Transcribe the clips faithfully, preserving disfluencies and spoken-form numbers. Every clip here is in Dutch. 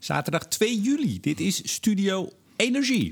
Zaterdag twee juli. Dit is Studio Energie.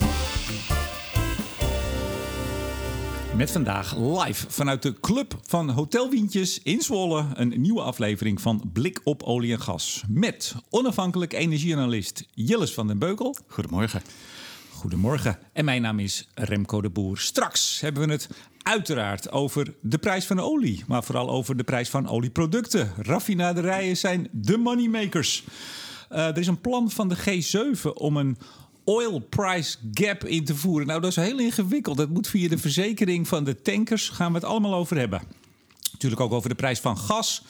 Met vandaag live vanuit de Club van Hotel Wientjes in Zwolle een nieuwe aflevering van Blik op Olie en Gas. Met onafhankelijk energieanalist Jilles van den Beukel. Goedemorgen. Goedemorgen. En mijn naam is Remco de Boer. Straks hebben we het uiteraard over de prijs van olie, maar vooral over de prijs van olieproducten. Raffinaderijen zijn de moneymakers. Uh, er is een plan van de G zeven om een oil price gap in te voeren. Nou, dat is heel ingewikkeld. Dat moet via de verzekering van de tankers. Gaan we het allemaal over hebben. Natuurlijk ook over de prijs van gas.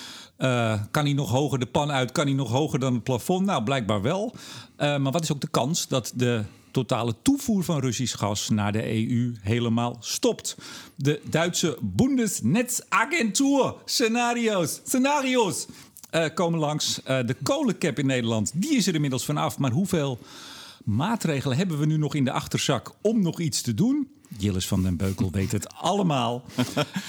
Uh, kan hij nog hoger de pan uit? Kan hij nog hoger dan het plafond? Nou, blijkbaar wel. Uh, maar wat is ook de kans dat de totale toevoer van Russisch gas naar de E U helemaal stopt? De Duitse Bundesnetzagentur scenario's, scenario's uh, komen langs. Uh, de kolencap in Nederland, die is er inmiddels vanaf. Maar hoeveel maatregelen hebben we nu nog in de achterzak om nog iets te doen? Jilles van den Beukel weet het allemaal. Uh,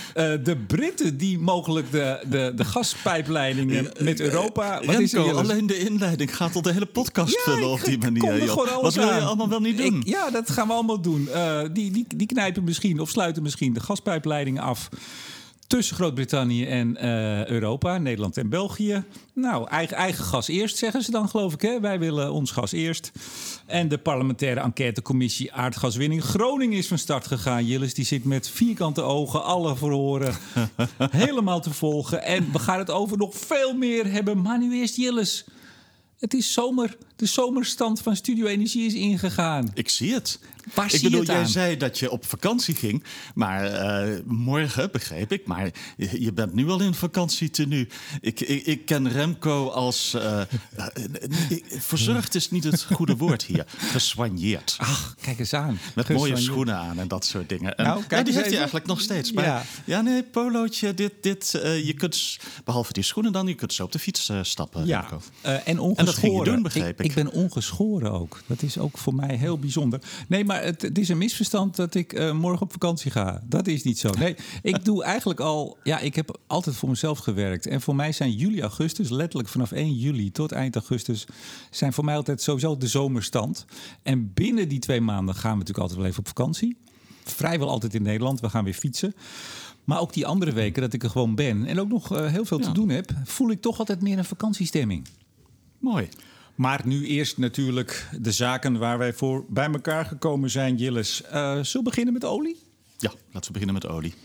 de Britten die mogelijk de, de, de gaspijpleidingen met Europa. Wat is er, alleen de inleiding gaat al de hele podcast ja, vullen op die manier. Wat wil je allemaal wel niet doen? Ik, ja, dat gaan we allemaal doen. Uh, die, die, die knijpen misschien of sluiten misschien de gaspijpleidingen af tussen Groot-Brittannië en uh, Europa, Nederland en België. Nou, eigen, eigen gas eerst, zeggen ze dan, geloof ik. Hè? Wij willen ons gas eerst. En de parlementaire enquêtecommissie aardgaswinning Groningen is van start gegaan. Jilles die zit met vierkante ogen alle verhoren helemaal te volgen. En we gaan het over nog veel meer hebben. Maar nu eerst Jilles. Het is zomer. De zomerstand van Studio Energie is ingegaan. Ik zie het. Waar ik zie bedoel, je het jij aan? zei dat je op vakantie ging. Maar uh, morgen, begreep ik. Maar je, je bent nu al in vakantietenu. Ik, ik, ik ken Remco als Uh, uh, uh, verzorgd is niet het goede woord hier. Gesoigneerd. Ach, kijk eens aan. Met mooie schoenen aan en dat soort dingen. En, nou, ja, die heeft even. hij eigenlijk nog steeds. Maar ja, ja nee, polootje, dit, dit. Uh, je kunt, behalve die schoenen dan, je kunt zo op de fiets uh, stappen, ja. Remco. Uh, en ongeschoren. En dat ging je doen, begreep ik. ik. Ik ben ongeschoren ook. Dat is ook voor mij heel bijzonder. Nee, maar het, het is een misverstand dat ik uh, morgen op vakantie ga. Dat is niet zo. Nee, ik doe eigenlijk al. Ja, ik heb altijd voor mezelf gewerkt. En voor mij zijn juli, augustus, letterlijk vanaf één juli tot eind augustus, zijn voor mij altijd sowieso de zomerstand. En binnen die twee maanden gaan we natuurlijk altijd wel even op vakantie. Vrijwel altijd in Nederland. We gaan weer fietsen. Maar ook die andere weken dat ik er gewoon ben en ook nog uh, heel veel ja. te doen heb, voel ik toch altijd meer een vakantiestemming. Mooi. Maar nu eerst natuurlijk de zaken waar wij voor bij elkaar gekomen zijn, Jilles. Uh, zullen we beginnen met olie? Ja, laten we beginnen met olie.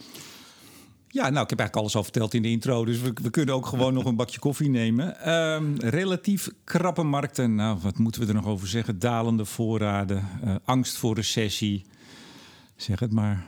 Ja, nou, ik heb eigenlijk alles al verteld in de intro, dus we, we kunnen ook gewoon nog een bakje koffie nemen. Um, relatief krappe markten, nou, wat moeten we er nog over zeggen? Dalende voorraden, uh, angst voor recessie, zeg het maar.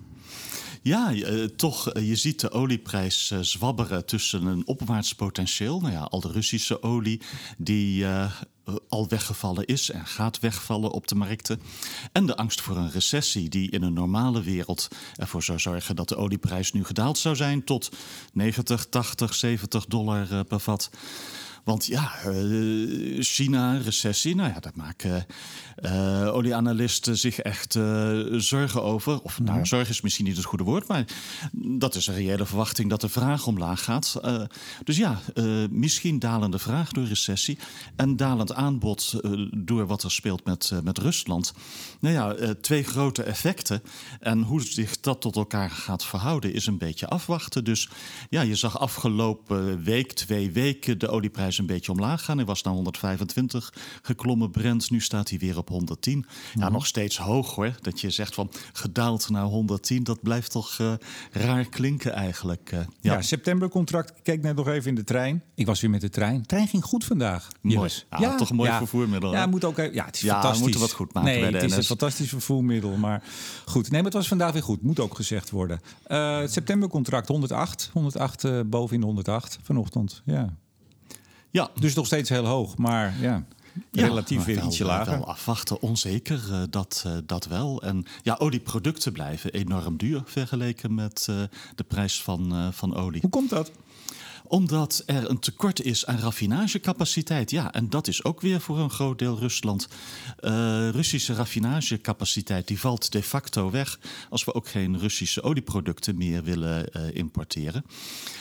Ja, uh, toch, uh, je ziet de olieprijs uh, zwabberen tussen een opwaarts potentieel. Nou ja, al de Russische olie die uh, al weggevallen is en gaat wegvallen op de markten. En de angst voor een recessie die in een normale wereld ervoor zou zorgen dat de olieprijs nu gedaald zou zijn tot negentig, tachtig, zeventig dollar uh, per vat. Want ja, uh, China, recessie, nou ja, daar maken uh, olieanalisten zich echt uh, zorgen over. Of nou, zorg is misschien niet het goede woord, maar dat is een reële verwachting dat de vraag omlaag gaat. Uh, dus ja, uh, misschien dalende vraag door recessie en dalend aanbod uh, door wat er speelt met, uh, met Rusland. Nou ja, uh, twee grote effecten. En hoe zich dat tot elkaar gaat verhouden is een beetje afwachten. Dus ja, je zag afgelopen week, twee weken de olieprijs een beetje omlaag gaan. Hij was naar honderdvijfentwintig geklommen, Brent. Nu staat hij weer op honderdtien. Ja, mm-hmm. Nog steeds hoog hoor. Dat je zegt van gedaald naar honderdtien, dat blijft toch uh, raar klinken eigenlijk. Uh, ja. ja, septembercontract. Ik keek net nog even in de trein. Ik was weer met de trein. De trein ging goed vandaag. Mooi. Ja, ja, toch een mooi ja. vervoermiddel. Ja, moet ook, ja, het is ja, fantastisch. we moeten wat goed maken nee, bij de het N S. is een fantastisch vervoermiddel. Maar goed, nee, maar het was vandaag weer goed. Moet ook gezegd worden. Uh, het septembercontract honderd acht uh, boven in de honderd vanochtend. Ja. Ja. Dus nog steeds heel hoog, maar ja, ja relatief weer wel, ietsje lager. Wel afwachten, onzeker, uh, dat, uh, dat wel. En ja, olieproducten blijven enorm duur vergeleken met uh, de prijs van, uh, van olie. Hoe komt dat? Omdat er een tekort is aan raffinagecapaciteit. Ja, en dat is ook weer voor een groot deel Rusland. Uh, Russische raffinagecapaciteit die valt de facto weg als we ook geen Russische olieproducten meer willen uh, importeren.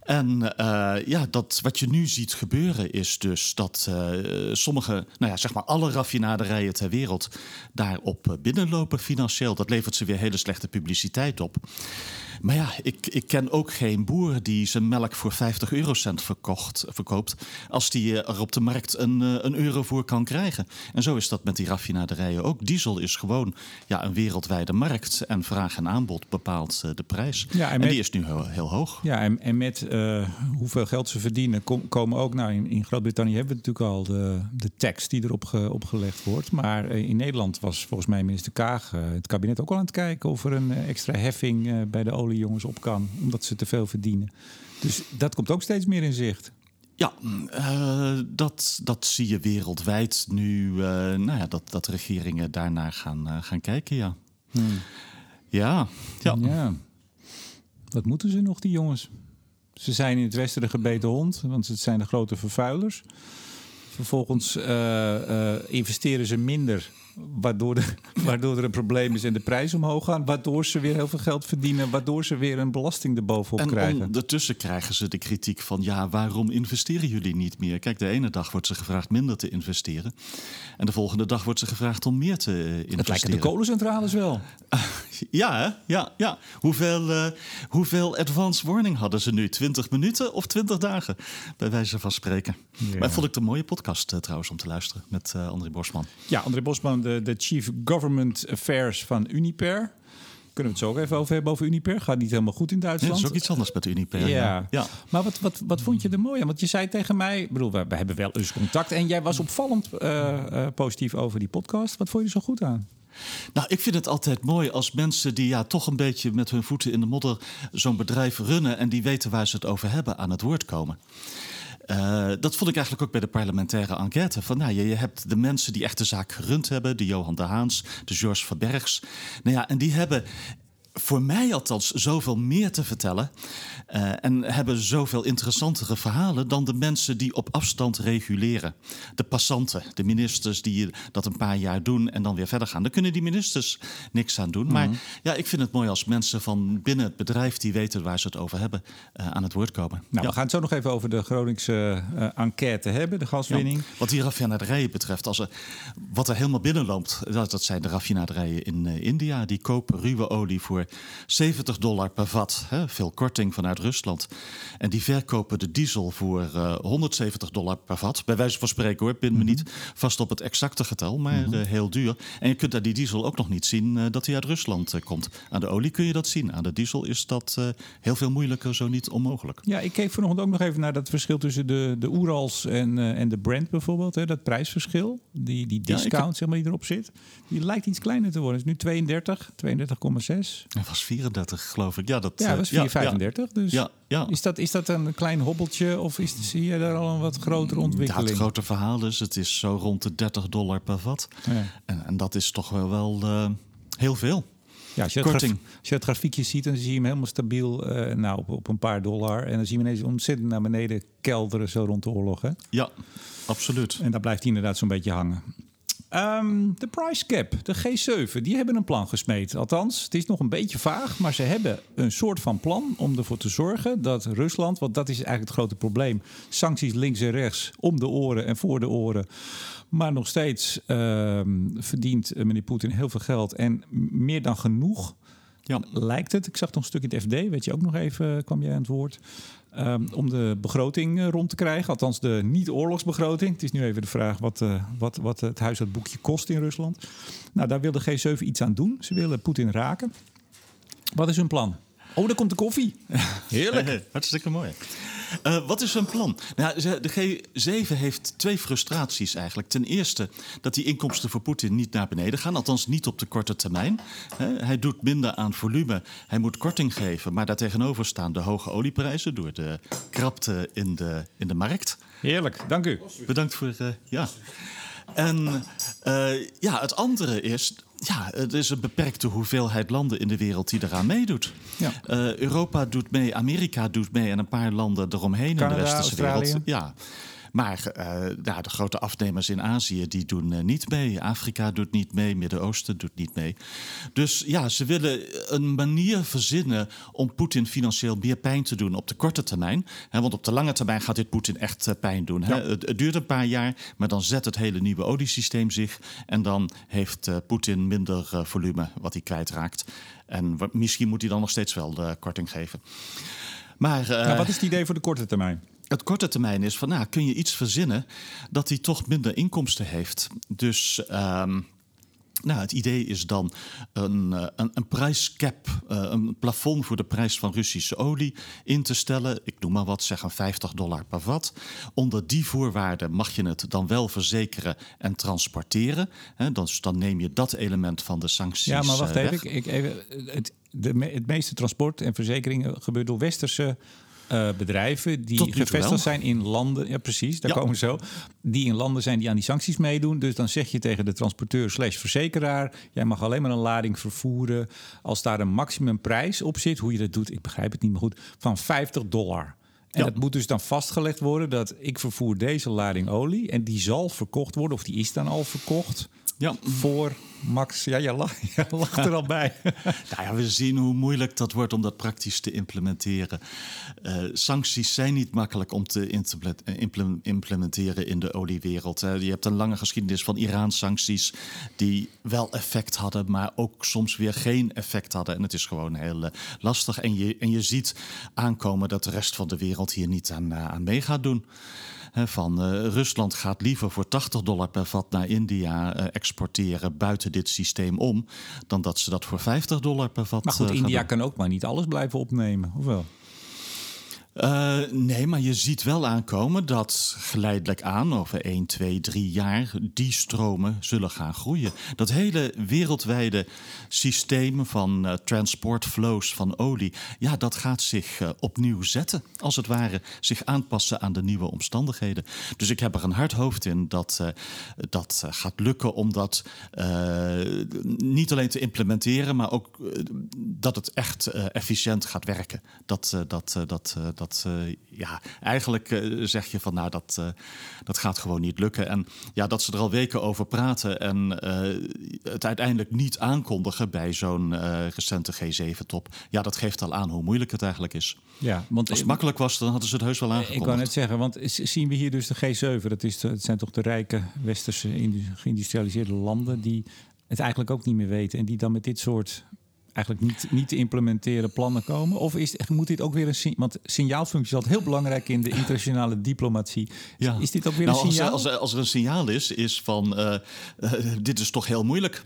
En uh, ja, dat, wat je nu ziet gebeuren is dus dat uh, sommige, nou ja, zeg maar alle raffinaderijen ter wereld daarop binnenlopen financieel. Dat levert ze weer hele slechte publiciteit op. Maar ja, ik, ik ken ook geen boer die zijn melk voor vijftig eurocent verkocht, verkoopt, als die er op de markt een, een euro voor kan krijgen. En zo is dat met die raffinaderijen ook. Diesel is gewoon ja, een wereldwijde markt en vraag en aanbod bepaalt uh, de prijs. Ja, en, en met, die is nu heel, heel hoog. Ja, en, en met uh, hoeveel geld ze verdienen kom, komen ook, nou in, in Groot-Brittannië hebben we natuurlijk al de, de tax die erop ge, opgelegd wordt. Maar uh, in Nederland was volgens mij minister Kaag uh, het kabinet ook al aan het kijken of er een uh, extra heffing uh, bij de oliejongens op kan, omdat ze te veel verdienen. Dus dat komt ook steeds meer in zicht. Ja, uh, dat, dat zie je wereldwijd nu, uh, nou ja, dat, dat regeringen daarnaar gaan, uh, gaan kijken, ja. Hmm. Ja, ja. ja. Wat moeten ze nog, die jongens? Ze zijn in het westen de gebeten hond, want het zijn de grote vervuilers. Vervolgens uh, uh, investeren ze minder, waardoor, de, waardoor er een probleem is en de prijzen omhoog gaan. Waardoor ze weer heel veel geld verdienen, waardoor ze weer een belasting erbovenop en krijgen. En ondertussen krijgen ze de kritiek van, ja, waarom investeren jullie niet meer? Kijk, de ene dag wordt ze gevraagd minder te investeren. En de volgende dag wordt ze gevraagd om meer te uh, investeren. Het lijken de kolencentrales wel. Uh, ja, hè? ja, ja. Hoeveel, uh, hoeveel advance warning hadden ze nu? twintig minuten of twintig dagen? Bij wijze van spreken. Ja. Maar vond ik het een mooie podcast uh, trouwens om te luisteren met uh, André Bosman. Ja, André Bosman, de, de Chief Government Affairs van Uniper. Kunnen we het zo ook even over hebben over Uniper? Gaat niet helemaal goed in Duitsland. Ja, dat is ook iets anders met Uniper. Ja. Ja. Ja. Maar wat, wat, wat vond je er mooi aan? Want je zei tegen mij, ik bedoel, we, we hebben wel eens contact en jij was opvallend uh, uh, positief over die podcast. Wat vond je er zo goed aan? Nou, ik vind het altijd mooi als mensen die ja, toch een beetje met hun voeten in de modder zo'n bedrijf runnen en die weten waar ze het over hebben aan het woord komen. Uh, dat vond ik eigenlijk ook bij de parlementaire enquête. Van, nou, je, je hebt de mensen die echt de zaak gerund hebben, de Johan de Haans, de George Verbergs. Nou ja, en die hebben voor mij althans zoveel meer te vertellen uh, en hebben zoveel interessantere verhalen dan de mensen die op afstand reguleren. De passanten, de ministers die dat een paar jaar doen en dan weer verder gaan. Daar kunnen die ministers niks aan doen. Mm-hmm. Maar ja, ik vind het mooi als mensen van binnen het bedrijf die weten waar ze het over hebben uh, aan het woord komen. Nou, ja. We gaan het zo nog even over de Groningse uh, enquête hebben, de gaswinning. Ja, wat die raffinaderijen betreft, als er, wat er helemaal binnenloopt, dat, dat zijn de raffinaderijen in uh, India. Die kopen ruwe olie voor zeventig dollar per vat, hè, veel korting vanuit Rusland. En die verkopen de diesel voor uh, honderdzeventig dollar per vat. Bij wijze van spreken hoor, pin me mm-hmm. niet vast op het exacte getal, maar mm-hmm. uh, heel duur. En je kunt aan die diesel ook nog niet zien uh, dat hij uit Rusland uh, komt. Aan de olie kun je dat zien. Aan de diesel is dat uh, heel veel moeilijker, zo niet onmogelijk. Ja, ik keek vanochtend ook nog even naar dat verschil tussen de, de Oerals en, uh, en de Brent bijvoorbeeld. Hè, dat prijsverschil, die, die discount ja, heb... zeg maar, die erop zit. Die lijkt iets kleiner te worden. Het is nu tweeëndertig, tweeëndertig komma zes. Het was vierendertig, geloof ik. Ja, dat ja, was vier komma vijfendertig. Ja, dus ja, ja. Is, dat, is dat een klein hobbeltje of is, zie je daar al een wat grotere ontwikkeling? Ja, het grote verhaal is, het is zo rond de dertig dollar per vat. Ja. En, en dat is toch wel, wel uh, heel veel. Ja, als je, het graf, als je het grafiekje ziet, dan zie je hem helemaal stabiel uh, nou, op, op een paar dollar. En dan zie je hem ineens ontzettend naar beneden kelderen zo rond de oorlog. Hè? Ja, absoluut. En daar blijft hij inderdaad zo'n beetje hangen. Um, de price cap, de G zeven, die hebben een plan gesmeed. Althans, het is nog een beetje vaag, maar ze hebben een soort van plan om ervoor te zorgen dat Rusland, want dat is eigenlijk het grote probleem, sancties links en rechts, om de oren en voor de oren. Maar nog steeds uh, verdient meneer Poetin heel veel geld en meer dan genoeg. Ja. Lijkt het. Ik zag nog een stuk in het F D, weet je ook nog even, kwam jij aan het woord. Um, om de begroting rond te krijgen. Althans de niet-oorlogsbegroting. Het is nu even de vraag wat, uh, wat, wat het huishoudboekje kost in Rusland. Nou, daar wil de G zeven iets aan doen. Ze willen Poetin raken. Wat is hun plan? Oh, daar komt de koffie. Heerlijk. Hartstikke mooi. Uh, wat is hun plan? Nou, de G zeven heeft twee frustraties eigenlijk. Ten eerste dat die inkomsten voor Poetin niet naar beneden gaan. Althans niet op de korte termijn. He, hij doet minder aan volume. Hij moet korting geven. Maar daartegenover staan de hoge olieprijzen door de krapte in de, in de markt. Heerlijk, dank u. Bedankt voor... Uh, ja. En uh, ja, het andere is... Ja, het is een beperkte hoeveelheid landen in de wereld die eraan meedoet. Ja. Uh, Europa doet mee, Amerika doet mee en een paar landen eromheen Canada, in de westerse Australië. wereld. Ja. Maar uh, nou, de grote afnemers in Azië die doen uh, niet mee. Afrika doet niet mee, Midden-Oosten doet niet mee. Dus ja, ze willen een manier verzinnen om Poetin financieel meer pijn te doen op de korte termijn. Hè, want op de lange termijn gaat dit Poetin echt uh, pijn doen. Hè? Ja. Het, het duurt een paar jaar, maar dan zet het hele nieuwe oliesysteem zich. En dan heeft uh, Poetin minder uh, volume wat hij kwijtraakt. En w- misschien moet hij dan nog steeds wel de korting geven. Maar, uh, nou, wat is het idee voor de korte termijn? Het korte termijn is van, nou, kun je iets verzinnen dat hij toch minder inkomsten heeft. Dus um, nou, het idee is dan een, een, een prijscap, uh, een plafond voor de prijs van Russische olie in te stellen. Ik noem maar wat, zeg een vijftig dollar per vat. Onder die voorwaarden mag je het dan wel verzekeren en transporteren. He, dus dan neem je dat element van de sancties weg. Ja, maar wacht even. Ik, ik, even het, de, het meeste transport en verzekeringen gebeurt door westerse Uh, bedrijven die gevestigd zijn in landen, ja precies, daar ja. komen we zo, die in landen zijn die aan die sancties meedoen. Dus dan zeg je tegen de transporteur slash verzekeraar, jij mag alleen maar een lading vervoeren als daar een maximumprijs op zit, hoe je dat doet, ik begrijp het niet meer goed, van vijftig dollar. En ja. dat moet dus dan vastgelegd worden dat ik vervoer deze lading olie en die zal verkocht worden, of die is dan al verkocht. Ja. Voor Max. Ja, je lacht, je lacht er al bij. Nou ja, we zien hoe moeilijk dat wordt om dat praktisch te implementeren. Uh, sancties zijn niet makkelijk om te implementeren in de oliewereld. Uh, je hebt een lange geschiedenis van Iran-sancties die wel effect hadden, maar ook soms weer geen effect hadden. En het is gewoon heel uh, lastig. En je, en je ziet aankomen dat de rest van de wereld hier niet aan, uh, aan mee gaat doen. Van uh, Rusland gaat liever voor tachtig dollar per vat naar India uh, exporteren buiten dit systeem om, dan dat ze dat voor vijftig dollar per vat. Maar goed, uh, India doen. kan ook maar niet alles blijven opnemen, of wel? Uh, nee, maar je ziet wel aankomen dat geleidelijk aan over één, twee, drie jaar die stromen zullen gaan groeien. Dat hele wereldwijde systeem van uh, transportflows van olie, ja, dat gaat zich uh, opnieuw zetten, als het ware, zich aanpassen aan de nieuwe omstandigheden. Dus ik heb er een hard hoofd in dat uh, dat uh, gaat lukken om dat uh, niet alleen te implementeren, maar ook uh, dat het echt uh, efficiënt gaat werken. Dat uh, dat uh, dat uh, dat Dat, uh, ja, eigenlijk uh, zeg je van nou, dat, uh, dat gaat gewoon niet lukken. En ja, dat ze er al weken over praten en uh, het uiteindelijk niet aankondigen bij zo'n uh, recente G zeven top. Ja, dat geeft al aan hoe moeilijk het eigenlijk is. Ja, want als het makkelijk was, dan hadden ze het heus wel aangekondigd. Ik wou net zeggen, want zien we hier dus de G zeven. Dat, is de, dat zijn toch de rijke westerse geïndustrialiseerde landen die het eigenlijk ook niet meer weten. En die dan met dit soort eigenlijk niet, niet te implementeren plannen komen? Of is, moet dit ook weer een... Want signaalfunctie is altijd heel belangrijk in de internationale diplomatie. Ja. Is dit ook weer nou, een signaal? Als, als, als er een signaal is, is van... Uh, uh, dit is toch heel moeilijk.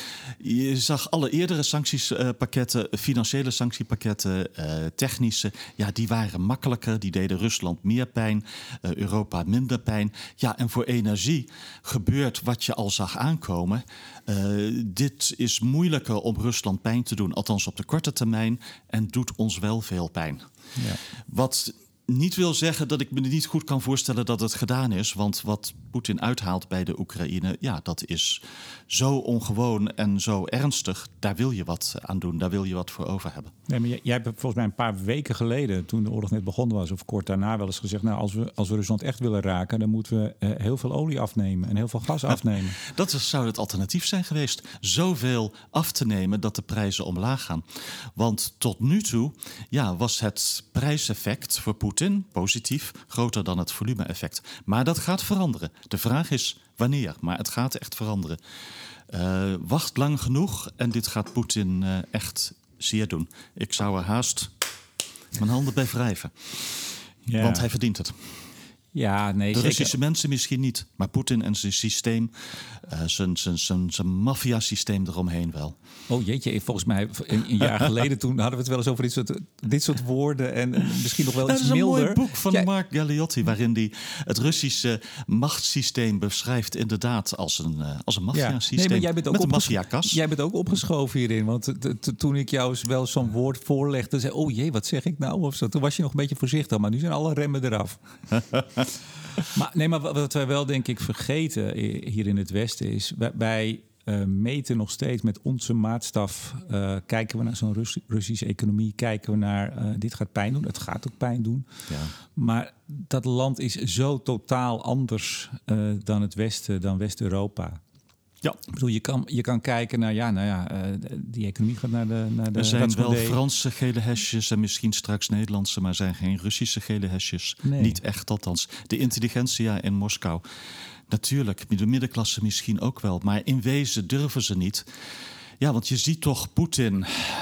Je zag alle eerdere sanctiespakketten, uh, financiële sanctiepakketten, uh, technische... ja, die waren makkelijker. Die deden Rusland meer pijn, uh, Europa minder pijn. Ja, en voor energie gebeurt wat je al zag aankomen. Uh, dit is moeilijker om Rusland pijn te doen, althans op de korte termijn, en doet ons wel veel pijn. Ja. Wat niet wil zeggen dat ik me niet goed kan voorstellen dat het gedaan is, want wat Poetin uithaalt bij de Oekraïne, ja, dat is zo ongewoon en zo ernstig. Daar wil je wat aan doen, daar wil je wat voor over hebben. Nee, maar jij, jij hebt volgens mij een paar weken geleden, toen de oorlog net begonnen was, of kort daarna wel eens gezegd, nou, als we, als we Rusland echt willen raken, dan moeten we uh, heel veel olie afnemen en heel veel gas afnemen. Dat zou het alternatief zijn geweest. Zoveel af te nemen dat de prijzen omlaag gaan. Want tot nu toe ja, was het prijseffect voor Poetin positief, groter dan het volume-effect. Maar dat gaat veranderen. De vraag is wanneer, maar het gaat echt veranderen. Uh, wacht lang genoeg en dit gaat Poetin uh, echt zeer doen. Ik zou er haast mijn handen bij wrijven. Ja. Want hij verdient het. Ja, nee, de zeker. Russische mensen misschien niet, maar Poetin en zijn systeem, uh, zijn, zijn, zijn, zijn maffia-systeem eromheen wel. Oh jeetje, volgens mij een, een jaar geleden toen hadden we het wel eens over dit soort, dit soort woorden en misschien nog wel iets milder. Dat is een mooi boek van ja. Mark Galeotti, waarin hij het Russische machtssysteem beschrijft inderdaad als een, uh, als een maffia-systeem. Ja. Nee, jij bent ook met een maffia-kas. Jij bent ook opgeschoven hierin, want t- t- toen ik jou wel zo'n woord voorlegde, zei oh jee, wat zeg ik nou? Of zo. Toen was je nog een beetje voorzichtig, maar nu zijn alle remmen eraf. Maar, nee, maar wat wij wel denk ik vergeten hier in het Westen is... wij uh, meten nog steeds met onze maatstaf. Uh, kijken we naar zo'n Rus- Russische economie, kijken we naar uh, dit gaat pijn doen. Het gaat ook pijn doen. Ja. Maar dat land is zo totaal anders uh, dan het Westen, dan West-Europa. Ja. Ik bedoel, je kan, je kan kijken naar, ja, nou ja, uh, die economie gaat naar de naar de Er zijn wel Franse gele hesjes en misschien straks Nederlandse, maar zijn geen Russische gele hesjes. Nee. Niet echt althans. De intelligentsia in Moskou. Natuurlijk, de middenklasse misschien ook wel, maar in wezen durven ze niet. Ja, want je ziet toch Poetin,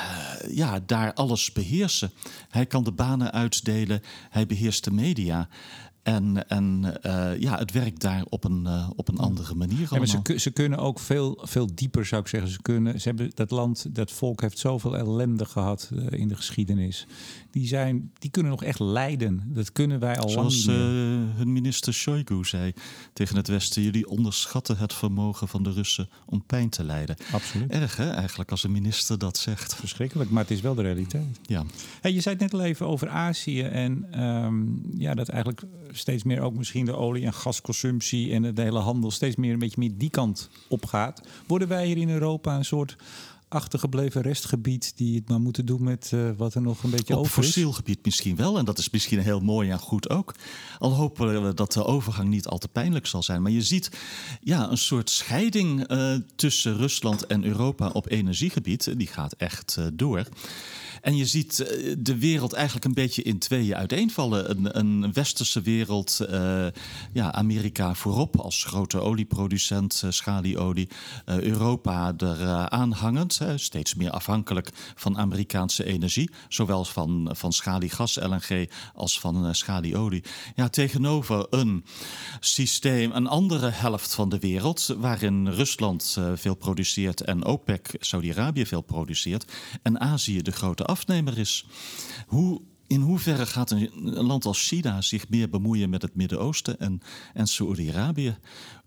ja, daar alles beheersen. Hij kan de banen uitdelen, hij beheerst de media. En, en uh, ja, het werkt daar op een, uh, op een andere manier allemaal. Ja, maar ze, ze kunnen ook veel, veel dieper, zou ik zeggen. Ze kunnen, ze hebben, dat land, dat volk heeft zoveel ellende gehad uh, in de geschiedenis. Die, zijn, die kunnen nog echt lijden. Dat kunnen wij al Zoals lang niet meer. Uh, hun minister Shoigu zei tegen het Westen: jullie onderschatten het vermogen van de Russen om pijn te lijden. Absoluut. Erg, hè, eigenlijk, als een minister dat zegt. Verschrikkelijk, maar het is wel de realiteit. Ja. Hey, je zei het net al even over Azië en um, ja, dat eigenlijk steeds meer ook misschien de olie- en gasconsumptie en de hele handel steeds meer een beetje meer die kant op gaat. Worden wij hier in Europa een soort achtergebleven restgebied die het maar moeten doen met uh, wat er nog een beetje op over is? Op fossiel gebied misschien wel. En dat is misschien heel mooi en goed ook. Al hopen we dat de overgang niet al te pijnlijk zal zijn. Maar je ziet ja, een soort scheiding uh, tussen Rusland en Europa op energiegebied. Die gaat echt uh, door. En je ziet uh, de wereld eigenlijk een beetje in tweeën uiteenvallen. Een, een westerse wereld, uh, ja, Amerika voorop als grote olieproducent, uh, schalieolie. Uh, Europa er uh, aanhangend, uh, steeds meer afhankelijk van Amerikaanse energie. Zowel van, van schaliegas, L N G, als van uh, schalieolie. Ja, tegenover een systeem, een andere helft van de wereld, waarin Rusland uh, veel produceert en OPEC, Saudi-Arabië, veel produceert. En Azië de grote afnemer is. Hoe, in hoeverre gaat een, een land als China zich meer bemoeien met het Midden-Oosten en, en Saoedi-Arabië?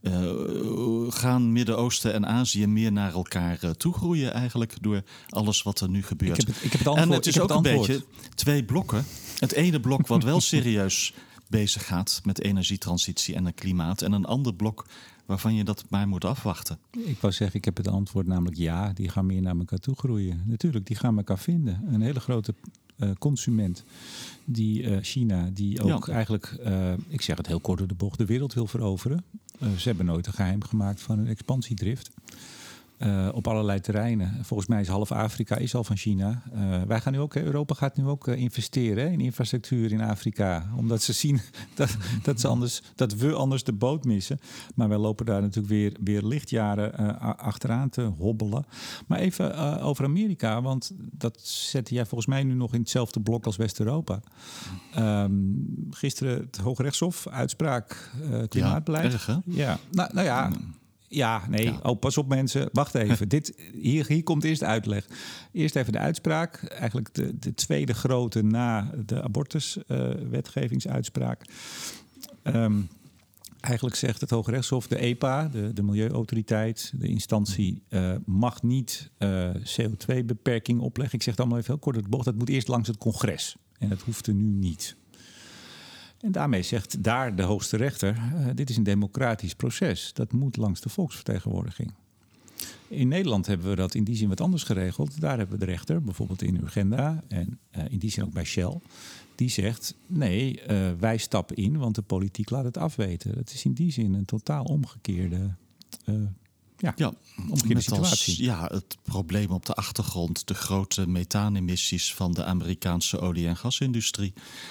Uh, gaan Midden-Oosten en Azië meer naar elkaar uh, toegroeien eigenlijk door alles wat er nu gebeurt? Ik heb het, ik heb het antwoord. En het is ik ook heb het een antwoord. beetje twee blokken. Het ene blok wat wel serieus bezig gaat met energietransitie en het klimaat. En een ander blok waarvan je dat maar moet afwachten. Ik wou zeggen, ik heb het antwoord namelijk ja. Die gaan meer naar elkaar toe groeien. Natuurlijk, die gaan elkaar vinden. Een hele grote uh, consument, die uh, China, die ook ja. eigenlijk, uh, ik zeg het heel kort door de bocht, de wereld wil veroveren. Uh, ze hebben nooit een geheim gemaakt van hun expansiedrift. Uh, op allerlei terreinen. Volgens mij is half Afrika is al van China. Uh, wij gaan nu ook, Europa gaat nu ook uh, investeren hè, in infrastructuur in Afrika. Omdat ze zien dat, dat, ze anders, dat we anders de boot missen. Maar wij lopen daar natuurlijk weer, weer lichtjaren uh, achteraan te hobbelen. Maar even uh, over Amerika. Want dat zette jij volgens mij nu nog in hetzelfde blok als West-Europa. Um, gisteren het Hoogrechtshof, uitspraak uh, klimaatbeleid. Ja, erg hè? Ja, nou, nou ja... Ja, nee, ja. Oh, pas op mensen. Wacht even. Dit, hier, hier komt eerst de uitleg. Eerst even de uitspraak. Eigenlijk de, de tweede grote na de abortuswetgevingsuitspraak. Uh, um, eigenlijk zegt het Hoogrechtshof, de E P A, de, de Milieuautoriteit, de instantie, uh, mag niet uh, C O twee beperking opleggen. Ik zeg het allemaal even heel kort door de bocht. Dat moet eerst langs het congres. En dat hoeft er nu niet. En daarmee zegt daar de hoogste rechter, uh, dit is een democratisch proces. Dat moet langs de volksvertegenwoordiging. In Nederland hebben we dat in die zin wat anders geregeld. Daar hebben we de rechter, bijvoorbeeld in Urgenda en uh, in die zin ook bij Shell. Die zegt, nee, uh, wij stappen in, want de politiek laat het afweten. Dat is in die zin een totaal omgekeerde uh, ja, ja, omgekeerde situatie. Als, ja, het probleem op de achtergrond, de grote methaanemissies van de Amerikaanse olie- en gasindustrie.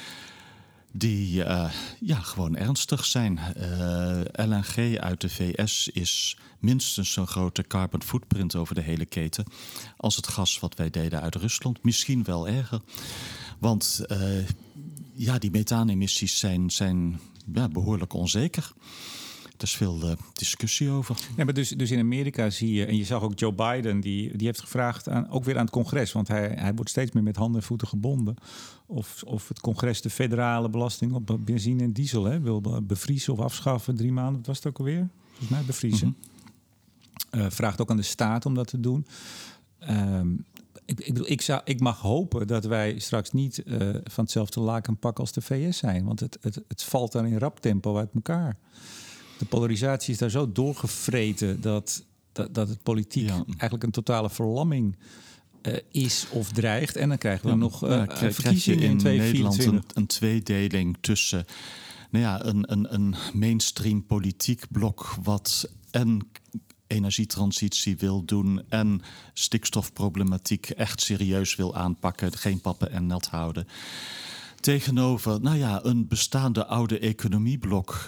Die uh, ja, gewoon ernstig zijn. Uh, L N G uit de V S is minstens zo'n grote carbon footprint over de hele keten als het gas wat wij deden uit Rusland. Misschien wel erger. Want uh, ja, die methaanemissies zijn, zijn ja, behoorlijk onzeker. Er is veel uh, discussie over. Ja, maar dus, dus in Amerika zie je, en je zag ook Joe Biden, die, die heeft gevraagd, aan, ook weer aan het congres, want hij, hij wordt steeds meer met handen en voeten gebonden. Of, of het congres de federale belasting op benzine en diesel hè, wil bevriezen of afschaffen drie maanden. Wat was het ook alweer? Volgens mij bevriezen. Mm-hmm. Uh, vraagt ook aan de staat om dat te doen. Um, ik, ik, bedoel, ik, zou, ik mag hopen dat wij straks niet uh, van hetzelfde laken pakken als de V S zijn. Want het, het, het valt dan in rap tempo uit elkaar. De polarisatie is daar zo doorgevreten dat dat, dat het politiek ja. eigenlijk een totale verlamming uh, is of dreigt. En dan krijgen we ja, nog uh, ja, krijg, verkiezingen in, in tweeduizend vierentwintig. Nederland een, een tweedeling tussen nou ja, een, een, een mainstream politiek blok wat en energietransitie wil doen en stikstofproblematiek echt serieus wil aanpakken, geen pappen en nat houden. Tegenover, nou ja, een bestaande oude economieblok,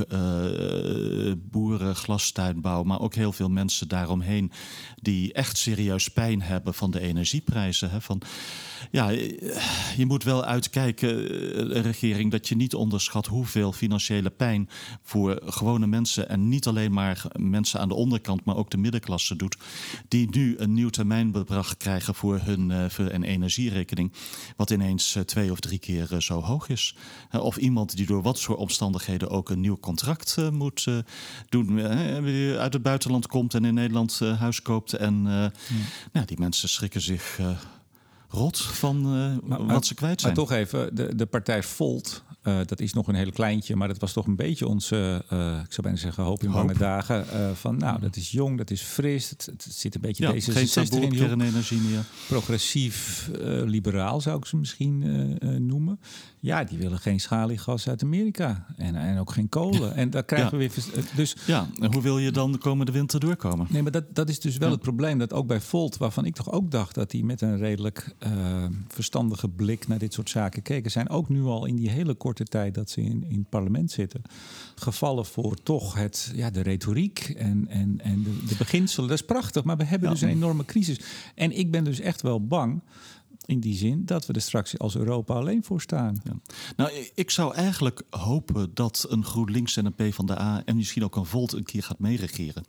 uh, boeren, glastuinbouw, maar ook heel veel mensen daaromheen die echt serieus pijn hebben van de energieprijzen. Hè, van, ja, je moet wel uitkijken, uh, regering, dat je niet onderschat hoeveel financiële pijn voor gewone mensen en niet alleen maar mensen aan de onderkant, maar ook de middenklasse doet, die nu een nieuw termijnbedrag krijgen voor hun uh, voor een energierekening, wat ineens uh, twee of drie keer uh, zo hoog is. Uh, of iemand die door wat voor omstandigheden ook een nieuw contract uh, moet uh, doen, uh, uit het buitenland komt en in Nederland uh, huis koopt. En uh, hmm. nou, die mensen schrikken zich uh, rot van uh, maar, wat ze kwijt zijn. Maar toch even, de, de partij Volt, uh, dat is nog een heel kleintje, maar dat was toch een beetje onze, uh, ik zou bijna zeggen, hoop in bange dagen. Uh, van nou, dat is jong, dat is fris, het, het zit een beetje ja, D zesenzestig geen in. kernenergie meer. Progressief, uh, liberaal zou ik ze misschien uh, uh, noemen. Ja, die willen geen schaliegas uit Amerika en, en ook geen kolen. En daar krijgen ja. we weer. Dus, ja, en hoe wil je dan de komende winter doorkomen? Nee, maar dat, dat is dus wel ja. het probleem. Dat ook bij Volt, waarvan ik toch ook dacht dat die met een redelijk uh, verstandige blik naar dit soort zaken keken, zijn ook nu al in die hele korte tijd dat ze in, in het parlement zitten, gevallen voor toch het, ja, de retoriek en, en, en de, de beginselen. Dat is prachtig, maar we hebben ja. dus een enorme crisis. En ik ben dus echt wel bang, in die zin dat we er straks als Europa alleen voor staan. Ja. Nou, ik zou eigenlijk hopen dat een GroenLinks en een PvdA en misschien ook een Volt een keer gaat meeregeren.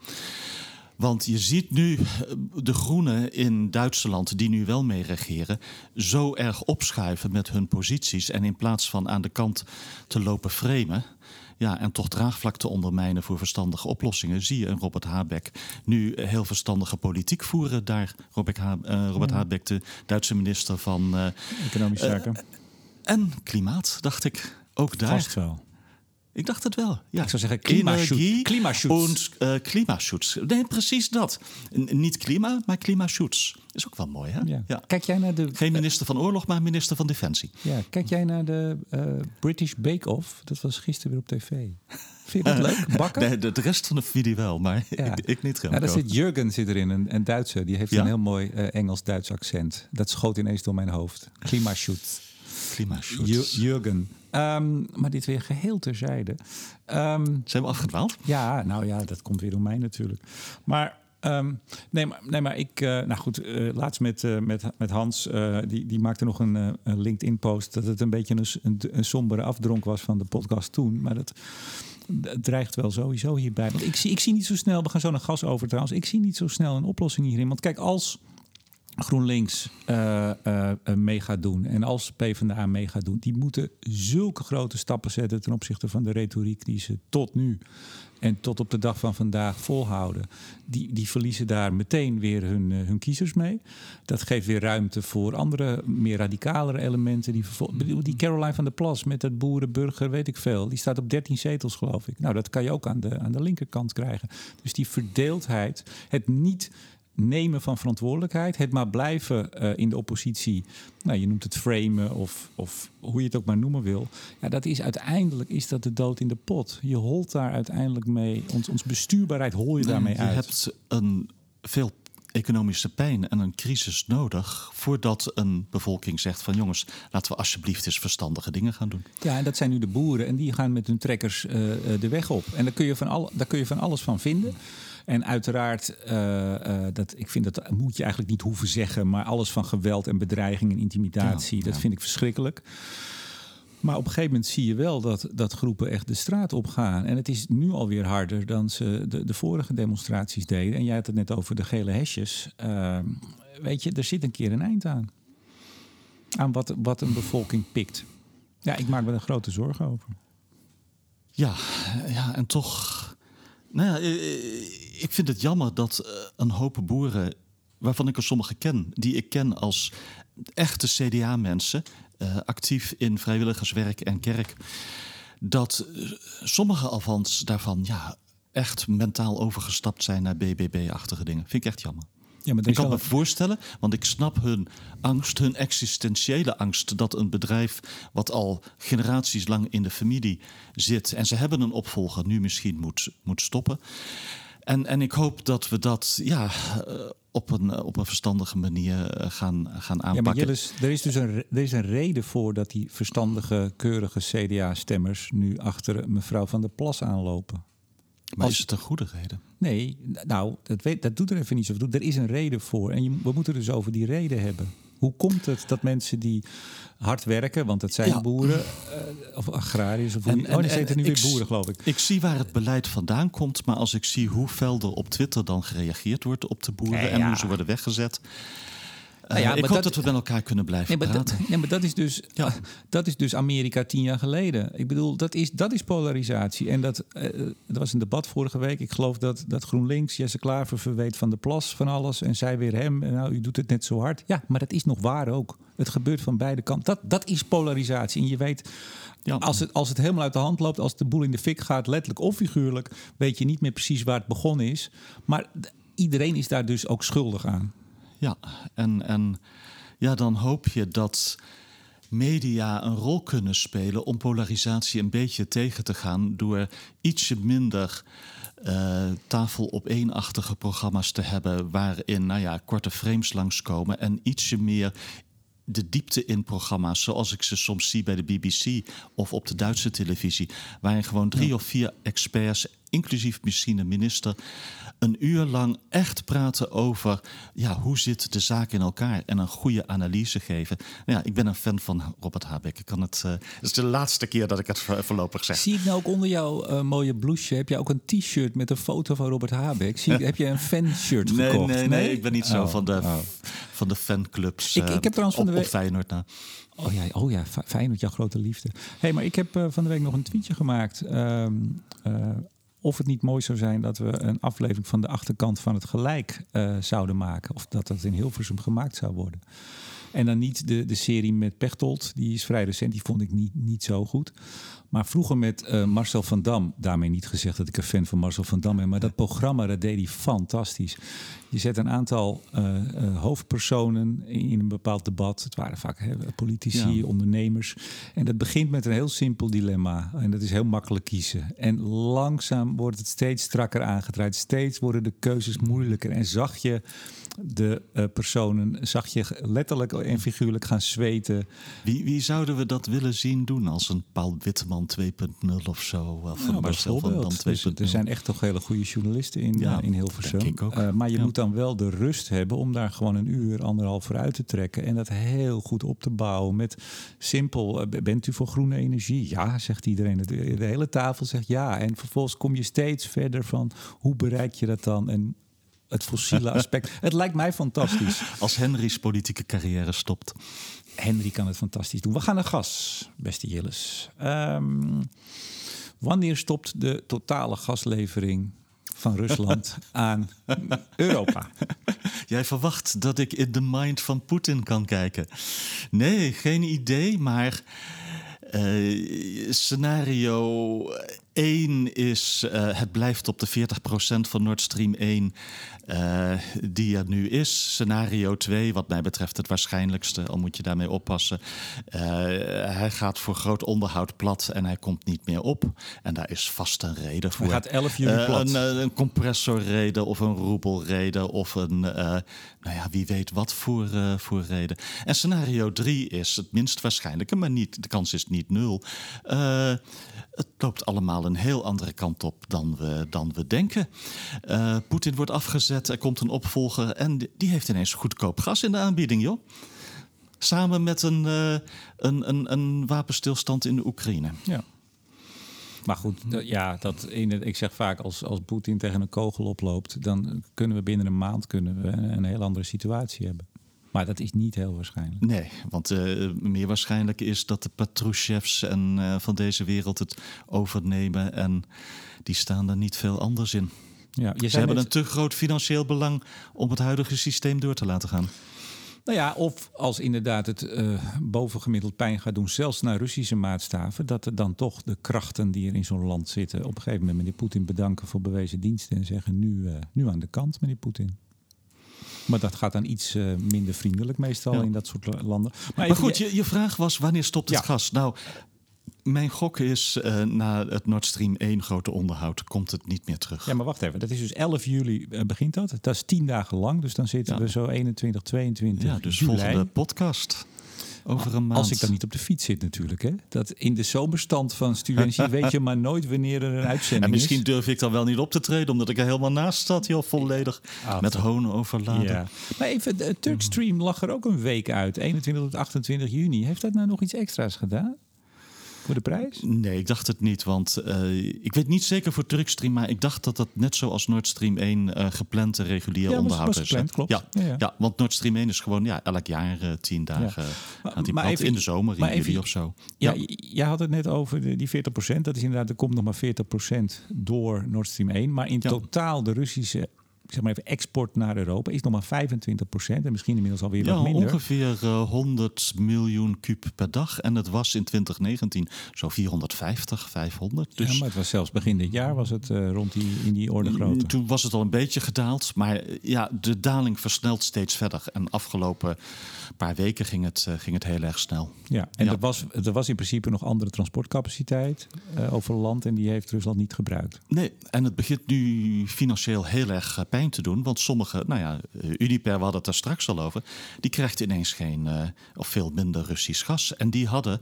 Want je ziet nu de Groenen in Duitsland, die nu wel meeregeren, zo erg opschuiven met hun posities. En in plaats van aan de kant te lopen framen, ja, en toch draagvlak te ondermijnen voor verstandige oplossingen, zie je een Robert Habeck nu heel verstandige politiek voeren daar. Robert, ha- uh, Robert Habeck, de Duitse minister van uh, Economische Zaken. Uh, en klimaat, dacht ik. Ook daar. Vast wel. Ik dacht het wel. Ja. Ik zou zeggen klimaatschutz. Klimaatschutz. En uh, klimaatschutz. Nee, precies dat. N- niet klima, maar klimaatschutz. Is ook wel mooi, hè? Ja. Ja. Kijk jij naar de... Geen minister van Oorlog, maar minister van Defensie. Ja, kijk jij naar de uh, British Bake Off? Dat was gisteren weer op tv. Vind je dat leuk? Bakken? Nee, de, de rest van de video wel, maar ja. ik, ik niet. Nou, daar zit Jurgen zit erin, een, een Duitser. Die heeft ja. een heel mooi uh, Engels-Duits accent. Dat schoot ineens door mijn hoofd. Klimaatschutz. Klimaatschutz. Jurgen. Um, maar dit weer geheel terzijde. Um, Zijn we afgedwaald? Ja, nou ja, dat komt weer door mij natuurlijk. Maar um, nee, maar, nee, maar ik... Uh, nou goed, uh, laatst met, uh, met, met Hans... Uh, die, die maakte nog een, uh, een LinkedIn-post... dat het een beetje een, een, een sombere afdronk was van de podcast toen. Maar dat... Het dreigt wel sowieso hierbij. Want ik zie, ik zie niet zo snel... We gaan zo naar gas over trouwens. Ik zie niet zo snel een oplossing hierin. Want kijk, als GroenLinks uh, uh, uh, mee gaat doen... en als PvdA mee gaat doen... die moeten zulke grote stappen zetten... ten opzichte van de retoriek die ze tot nu... en tot op de dag van vandaag volhouden. Die, die verliezen daar meteen weer hun, uh, hun kiezers mee. Dat geeft weer ruimte voor andere, meer radicalere elementen. Die, vervol- die Caroline van der Plas met dat boerenburger, weet ik veel... die staat op dertien zetels, geloof ik. Nou, dat kan je ook aan de, aan de linkerkant krijgen. Dus die verdeeldheid, het niet nemen van verantwoordelijkheid... het maar blijven uh, in de oppositie... nou, je noemt het framen of, of hoe je het ook maar noemen wil... ja, dat is uiteindelijk is dat de dood in de pot. Je holt daar uiteindelijk mee... ons, ons bestuurbaarheid hol je daarmee je uit. Je hebt een veel economische pijn en een crisis nodig... voordat een bevolking zegt van... jongens, laten we alsjeblieft eens verstandige dingen gaan doen. Ja, en dat zijn nu de boeren en die gaan met hun trekkers uh, de weg op. En daar kun je van, al, daar kun je van alles van vinden... En uiteraard, uh, uh, dat, ik vind dat moet je eigenlijk niet hoeven zeggen... maar alles van geweld en bedreiging en intimidatie, ja, dat ja. vind ik verschrikkelijk. Maar op een gegeven moment zie je wel dat, dat groepen echt de straat op gaan. En het is nu alweer harder dan ze de, de vorige demonstraties deden. En jij had het net over de gele hesjes. Uh, weet je, er zit een keer een eind aan. Aan wat, wat een bevolking pikt. Ja, ik maak me er grote zorgen over. Ja, ja en toch... Nou ja, ik vind het jammer dat een hoop boeren, waarvan ik er sommige ken... die ik ken als echte C D A-mensen, uh, actief in vrijwilligerswerk en kerk... dat sommige alvast daarvan ja, echt mentaal overgestapt zijn naar B B B-achtige dingen. Vind ik echt jammer. Ja, maar ik kan wel... me voorstellen, want ik snap hun angst, hun existentiële angst, dat een bedrijf wat al generaties lang in de familie zit en ze hebben een opvolger, nu misschien moet, moet stoppen. En, en ik hoop dat we dat ja, op, een, op een verstandige manier gaan, gaan aanpakken. Ja, maar Jillis, er is dus een, er is een reden voor dat die verstandige, keurige C D A-stemmers nu achter mevrouw Van der Plas aanlopen. Maar Als... is het een goede reden? Nee, nou, dat, weet, dat doet er even niet zo toe. Er is een reden voor. En je, we moeten dus over die reden hebben. Hoe komt het dat mensen die hard werken, want het zijn ja. boeren, uh, of agrariërs, of hoe en, oh, die zitten nu weer boeren, geloof ik. Ik zie waar het beleid vandaan komt, maar als ik zie hoe fel er op Twitter dan gereageerd wordt op de boeren nee, en ja. hoe ze worden weggezet. Uh, nou ja, ik hoop dat, dat we met elkaar kunnen blijven nee, maar praten. Dat, nee, maar dat is, dus, ja. uh, dat is dus Amerika tien jaar geleden. Ik bedoel, dat is, dat is polarisatie. En dat, uh, er was een debat vorige week. Ik geloof dat, dat GroenLinks, Jesse Klaver, verweet Van der Plas van alles. En zij weer hem. En nou, u doet het net zo hard. Ja, maar dat is nog waar ook. Het gebeurt van beide kanten. Dat, dat is polarisatie. En je weet, ja. als, het, als het helemaal uit de hand loopt, als de boel in de fik gaat, letterlijk of figuurlijk, weet je niet meer precies waar het begonnen is. Maar iedereen is daar dus ook schuldig aan. Ja, en, en ja, dan hoop je dat media een rol kunnen spelen om polarisatie een beetje tegen te gaan door ietsje minder uh, tafel op één-achtige programma's te hebben waarin nou ja, korte frames langskomen en ietsje meer de diepte in programma's, zoals ik ze soms zie bij de B B C of op de Duitse televisie, waarin gewoon drie ja. of vier experts, inclusief misschien een minister, een uur lang echt praten over ja, hoe zit de zaak in elkaar en een goede analyse geven. Nou ja, ik ben een fan van Robert Habeck. Ik kan het, uh, het is de laatste keer dat ik het voorlopig zeg. Zie ik nou ook onder jouw uh, mooie blouseje, heb je ook een t-shirt met een foto van Robert Habeck? Zie ik, heb je een fanshirt nee, gekocht? Nee, nee, nee, ik ben niet zo oh, van, de, oh. van de fanclubs ik, ik heb trouwens van op, de week... op Feyenoord na. Oh ja, oh ja, Feyenoord, jouw grote liefde. Hey, maar ik heb uh, van de week nog een tweetje gemaakt. Um, uh, Of het niet mooi zou zijn dat we een aflevering van de achterkant van het gelijk uh, zouden maken. Of dat dat in Hilversum gemaakt zou worden. En dan niet de, de serie met Pechtold, die is vrij recent, die vond ik niet, niet zo goed. Maar vroeger met uh, Marcel van Dam, daarmee niet gezegd dat ik een fan van Marcel van Dam ben, maar dat programma, dat deed hij fantastisch. Je zet een aantal uh, uh, hoofdpersonen in, in een bepaald debat. Het waren vaak he, politici, ja. ondernemers. En dat begint met een heel simpel dilemma. En dat is heel makkelijk kiezen. En langzaam wordt het steeds strakker aangedraaid. Steeds worden de keuzes moeilijker. En zag je de uh, personen, zag je letterlijk en figuurlijk gaan zweten. Wie, wie zouden we dat willen zien doen als een Paul Witteman twee punt nul of zo? Of nou, Marcel van Dam twee punt nul. Dus er zijn echt toch hele goede journalisten in, ja, uh, in Hilversum. Denk ik ook. Uh, maar je ja. moet dan wel de rust hebben om daar gewoon een uur, anderhalf voor uit te trekken. En dat heel goed op te bouwen met simpel, uh, bent u voor groene energie? Ja, zegt iedereen. De hele tafel zegt ja. En vervolgens kom je steeds verder van hoe bereik je dat dan? En het fossiele aspect. Het lijkt mij fantastisch. Als Henry's politieke carrière stopt. Henry kan het fantastisch doen. We gaan naar gas, beste Jillis. Um, wanneer stopt de totale gaslevering van Rusland aan Europa? Jij verwacht dat ik in de mind van Poetin kan kijken. Nee, geen idee, maar uh, scenario één is, uh, het blijft op de veertig procent van Nord Stream één uh, die er nu is. Scenario twee, wat mij betreft het waarschijnlijkste, al moet je daarmee oppassen. Uh, hij gaat voor groot onderhoud plat en hij komt niet meer op. En daar is vast een reden voor. Hij gaat elf juli plat. Uh, een, een compressorreden of een roebelreden of een, uh, nou ja, wie weet wat voor, uh, voor reden. En scenario drie is het minst waarschijnlijke, maar niet, de kans is niet nul. Uh, het loopt allemaal een heel andere kant op dan we, dan we denken. Uh, Poetin wordt afgezet, er komt een opvolger en die heeft ineens goedkoop gas in de aanbieding, joh. Samen met een, uh, een, een, een wapenstilstand in de Oekraïne. Ja. Maar goed, ja, dat in het, ik zeg vaak, als, als Poetin tegen een kogel oploopt, dan kunnen we binnen een maand kunnen we een, een heel andere situatie hebben. Maar dat is niet heel waarschijnlijk. Nee, want uh, meer waarschijnlijk is dat de Patrouchevs en uh, van deze wereld het overnemen. En die staan er niet veel anders in. Ja, je Ze hebben net... een te groot financieel belang om het huidige systeem door te laten gaan. Nou ja, of als inderdaad het uh, bovengemiddeld pijn gaat doen, zelfs naar Russische maatstaven, dat er dan toch de krachten die er in zo'n land zitten op een gegeven moment meneer Poetin bedanken voor bewezen diensten en zeggen nu, uh, nu aan de kant, meneer Poetin. Maar dat gaat dan iets uh, minder vriendelijk meestal ja. in dat soort landen. Maar, maar goed, je, je vraag was wanneer stopt het ja. gas? Nou, mijn gok is uh, na het Nord Stream één grote onderhoud komt het niet meer terug. Ja, maar wacht even. Dat is dus elf juli uh, begint dat. Dat is tien dagen lang. Dus dan zitten ja. we zo eenentwintig, tweeëntwintig Ja, dus juli. volgende podcast. Over een maand. Als ik dan niet op de fiets zit natuurlijk. Hè? Dat in de zomerstand van Studentie weet je maar nooit wanneer er een uitzending en misschien is. durf ik dan wel niet op te treden, omdat ik er helemaal naast zat, heel volledig ah, met hoon overladen. Ja. Maar even, de Turkstream lag er ook een week uit, eenentwintig tot achtentwintig juni. Heeft dat nou nog iets extra's gedaan? Voor de prijs? Nee, ik dacht het niet. Want uh, ik weet niet zeker voor Turkstream, maar ik dacht dat dat net zoals Nord Stream één uh, gepland regulier ja, onderhoud was gepland, is. Klopt. Ja, ja. ja, want Nord Stream één is gewoon ja, elk jaar uh, tien dagen ja. gaat die maar even, in de zomer, in juli of zo. Ja, ja, jij had het net over de, die veertig procent. Dat is inderdaad, er komt nog maar veertig procent door Nord Stream één. Maar in ja. totaal de Russische zeg maar even export naar Europa is nog maar vijfentwintig procent en misschien inmiddels alweer ja, wat minder. Ongeveer uh, honderd miljoen kuub per dag en het was in twintig negentien zo vierhonderdvijftig, vijfhonderd. Dus... Ja, maar het was zelfs begin dit jaar was het uh, rond die in die orde grootte. Toen was het al een beetje gedaald, maar ja, de daling versnelt steeds verder en afgelopen paar weken ging het, uh, ging het heel erg snel. Ja, en ja. Er, was, er was in principe nog andere transportcapaciteit uh, over land en die heeft Rusland niet gebruikt. Nee, en het begint nu financieel heel erg uh, pijn te doen, want sommige, nou ja, Uniper, we hadden het daar straks al over, die krijgt ineens geen uh, of veel minder Russisch gas. En die hadden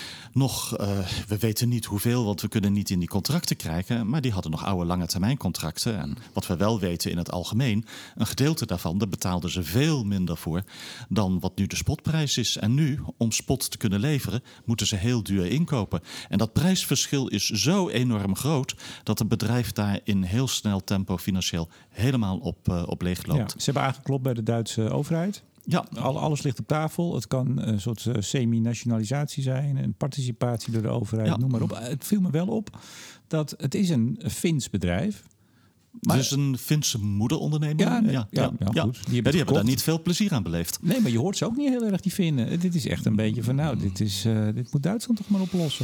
nog, uh, we weten niet hoeveel, want we kunnen niet in die contracten krijgen, maar die hadden nog oude lange termijn contracten. En wat we wel weten in het algemeen, een gedeelte daarvan, daar betaalden ze veel minder voor dan wat nu de spotprijs is. En nu, om spot te kunnen leveren, moeten ze heel duur inkopen. En dat prijsverschil is zo enorm groot dat een bedrijf daar in heel snel tempo financieel helemaal op, uh, op leeg loopt. Ja, ze hebben aangeklopt bij de Duitse overheid. Ja. Alles ligt op tafel. Het kan een soort semi-nationalisatie zijn, een participatie door de overheid, ja. Noem maar op. Het viel me wel op dat het is een Fins bedrijf. Maar het is een Finse moederonderneming. Ja, nee, ja, ja, ja, ja, goed. Die hebben, ja, die hebben daar niet veel plezier aan beleefd. Nee, maar je hoort ze ook niet heel erg, die Finnen. Dit is echt een beetje van, nou, dit, is, uh, dit moet Duitsland toch maar oplossen.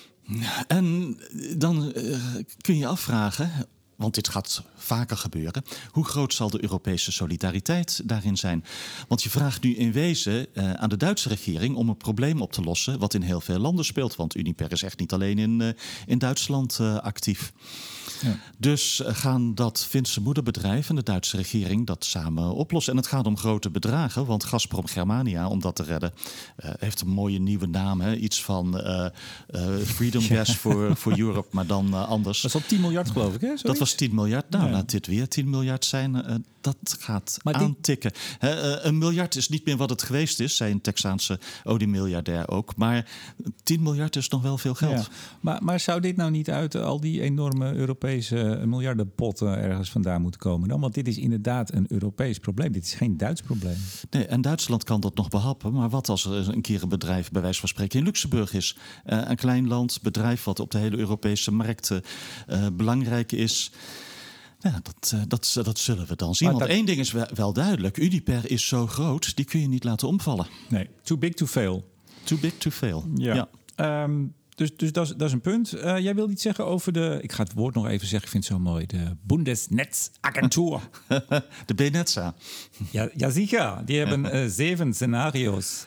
En dan uh, kun je afvragen, want dit gaat vaker gebeuren, hoe groot zal de Europese solidariteit daarin zijn? Want je vraagt nu in wezen uh, aan de Duitse regering om een probleem op te lossen wat in heel veel landen speelt. Want Uniper is echt niet alleen in, uh, in Duitsland uh, actief. Ja. Dus uh, gaan dat Finse moederbedrijf en de Duitse regering dat samen oplossen. En het gaat om grote bedragen, want Gazprom Germania, om dat te redden, uh, heeft een mooie nieuwe naam. Hè? Iets van uh, uh, Freedom Gas for, for Europe, maar dan uh, anders. Dat is al tien miljard geloof ik, hè? Zoiets? Dat was tien miljard. Nou, ja. Laat dit weer tien miljard zijn. Uh, dat gaat maar aantikken. Die... He, uh, een miljard is niet meer wat het geweest is, zei een Texaanse oliemiljardair ook. Maar tien miljard is nog wel veel geld. Ja. Maar, maar zou dit nou niet uit al die enorme Europese miljardenpotten ergens vandaan moeten komen dan? Want dit is inderdaad een Europees probleem. Dit is geen Duits probleem. Nee, en Duitsland kan dat nog behappen. Maar wat als er een keer een bedrijf, bij wijze van spreken, in Luxemburg is? Uh, een klein land, bedrijf wat op de hele Europese markt uh, belangrijk is. Ja, dat, uh, dat, dat zullen we dan zien. Maar Want dat... één ding is wel, wel duidelijk. Uniper is zo groot, die kun je niet laten omvallen. Nee, too big to fail. Too big to fail, ja. ja. Um, dus dus dat, is, dat is een punt. Uh, jij wilde iets zeggen over de... Ik ga het woord nog even zeggen, ik vind het zo mooi. De Bundesnetzagentur. De BNetzA. Ja, ja, zeker. Die hebben uh, zeven scenario's.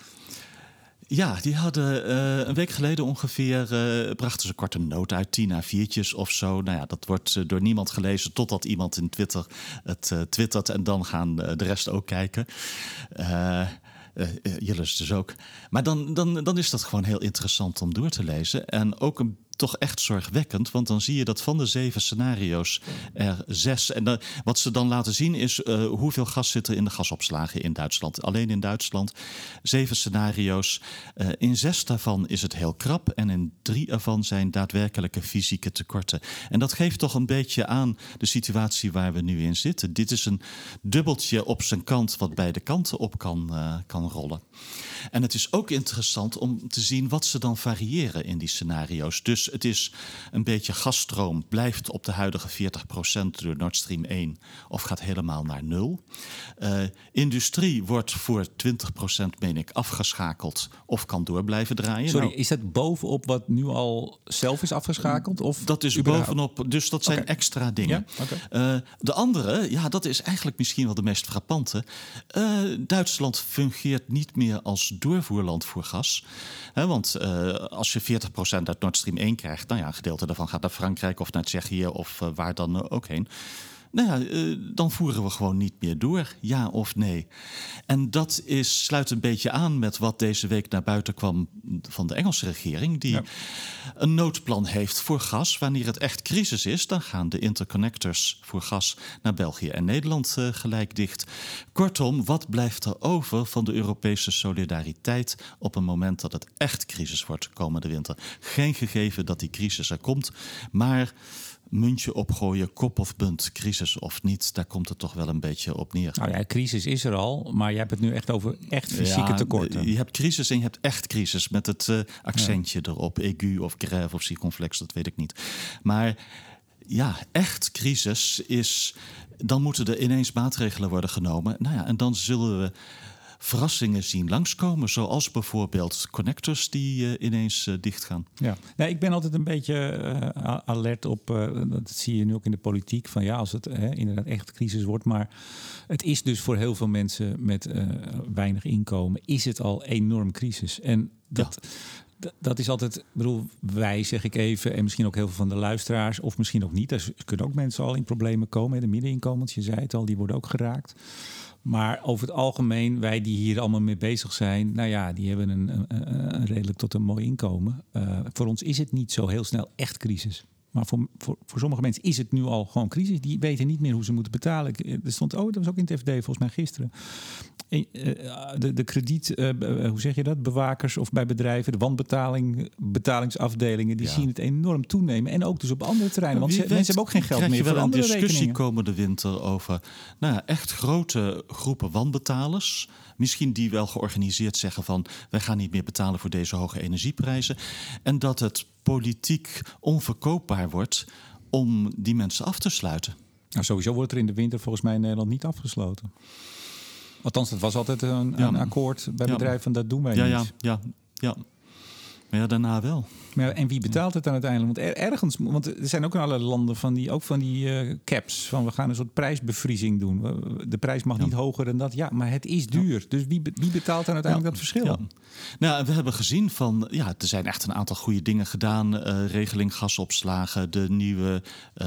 Ja, die hadden uh, een week geleden ongeveer, uh, brachten ze kort een noot uit, tien A viertjes of zo. Nou ja, dat wordt uh, door niemand gelezen totdat iemand in Twitter het uh, twittert en dan gaan uh, de rest ook kijken. Uh, Uh, Jillis dus ook. Maar dan, dan, dan is dat gewoon heel interessant om door te lezen. En ook een, toch echt zorgwekkend, want dan zie je dat van de zeven scenario's er zes... En dan, wat ze dan laten zien is uh, hoeveel gas zit er in de gasopslagen in Duitsland. Alleen in Duitsland zeven scenario's. Uh, in zes daarvan is het heel krap en in drie ervan zijn daadwerkelijke fysieke tekorten. En dat geeft toch een beetje aan de situatie waar we nu in zitten. Dit is een dubbeltje op zijn kant wat beide kanten op kan, uh, kan rollen. En het is ook interessant om te zien wat ze dan variëren in die scenario's. Dus Dus het is een beetje gasstroom blijft op de huidige veertig procent door Nord Stream één of gaat helemaal naar nul. Uh, industrie wordt voor twintig procent, meen ik, afgeschakeld of kan door blijven draaien. Sorry, nou, is dat bovenop wat nu al zelf is afgeschakeld? Of dat is überhaupt? bovenop, dus dat zijn okay. extra dingen. Ja? Okay. Uh, de andere, ja, dat is eigenlijk misschien wel de meest frappante. Uh, Duitsland fungeert niet meer als doorvoerland voor gas. He, want uh, als je veertig procent uit Nord Stream één krijgt, nou ja, een gedeelte daarvan gaat naar Frankrijk of naar Tsjechië of uh, waar dan ook heen. Nou ja, uh, dan voeren we gewoon niet meer door, ja of nee. En dat is, sluit een beetje aan met wat deze week naar buiten kwam van de Engelse regering, die ja. een noodplan heeft voor gas. Wanneer het echt crisis is, dan gaan de interconnectors voor gas naar België en Nederland uh, gelijk dicht. Kortom, wat blijft er over van de Europese solidariteit op een moment dat het echt crisis wordt komende winter? Geen gegeven dat die crisis er komt, maar muntje opgooien, kop of munt, crisis of niet, daar komt het toch wel een beetje op neer. Nou ja, crisis is er al, maar je hebt het nu echt over echt fysieke ja, tekorten. Je hebt crisis en je hebt echt crisis met het uh, accentje ja. erop, aigu of grave of circonflex, dat weet ik niet. Maar ja, echt crisis is, dan moeten er ineens maatregelen worden genomen. Nou ja, en dan zullen we verrassingen zien langskomen, zoals bijvoorbeeld connectors die uh, ineens uh, dichtgaan. Ja, nee, ik ben altijd een beetje uh, alert op, uh, dat zie je nu ook in de politiek, van ja, als het uh, inderdaad echt crisis wordt, maar het is dus voor heel veel mensen met uh, weinig inkomen, is het al enorm crisis. En dat... Ja. D- dat is altijd, ik bedoel, wij zeg ik even, en misschien ook heel veel van de luisteraars, of misschien ook niet. Er kunnen ook mensen al in problemen komen. De middeninkomens, je zei het al, die worden ook geraakt. Maar over het algemeen, wij die hier allemaal mee bezig zijn, nou ja, die hebben een, een, een redelijk tot een mooi inkomen. Uh, voor ons is het niet zo heel snel echt crisis. Maar voor, voor, voor sommige mensen is het nu al gewoon crisis. Die weten niet meer hoe ze moeten betalen. Er stond, oh, dat was ook in het F D volgens mij gisteren. De, de krediet, uh, hoe zeg je dat? Bewakers of bij bedrijven, de wanbetaling, betalingsafdelingen, die ja. zien het enorm toenemen. En ook dus op andere terreinen. Want ze, weet, mensen hebben ook geen geld meer voor andere rekeningen. Krijg je wel een discussie komende winter over nou ja, echt grote groepen wanbetalers. Misschien die wel georganiseerd zeggen van, wij gaan niet meer betalen voor deze hoge energieprijzen. En dat het politiek onverkoopbaar wordt om die mensen af te sluiten. Nou, sowieso wordt er in de winter volgens mij in Nederland niet afgesloten. Althans, het was altijd een, ja. een akkoord bij ja. bedrijven, dat doen wij ja, niet. Ja, ja, ja. Maar ja, daarna wel. Maar en wie betaalt het dan uiteindelijk? Want er, ergens, want er zijn ook in alle landen van die, ook van die uh, caps. Van we gaan een soort prijsbevriezing doen. De prijs mag ja. niet hoger dan dat. Ja, maar het is duur. Ja. Dus wie, wie betaalt dan uiteindelijk ja. dat verschil? Ja. Nou, we hebben gezien van, ja, er zijn echt een aantal goede dingen gedaan. Uh, regeling gasopslagen, de nieuwe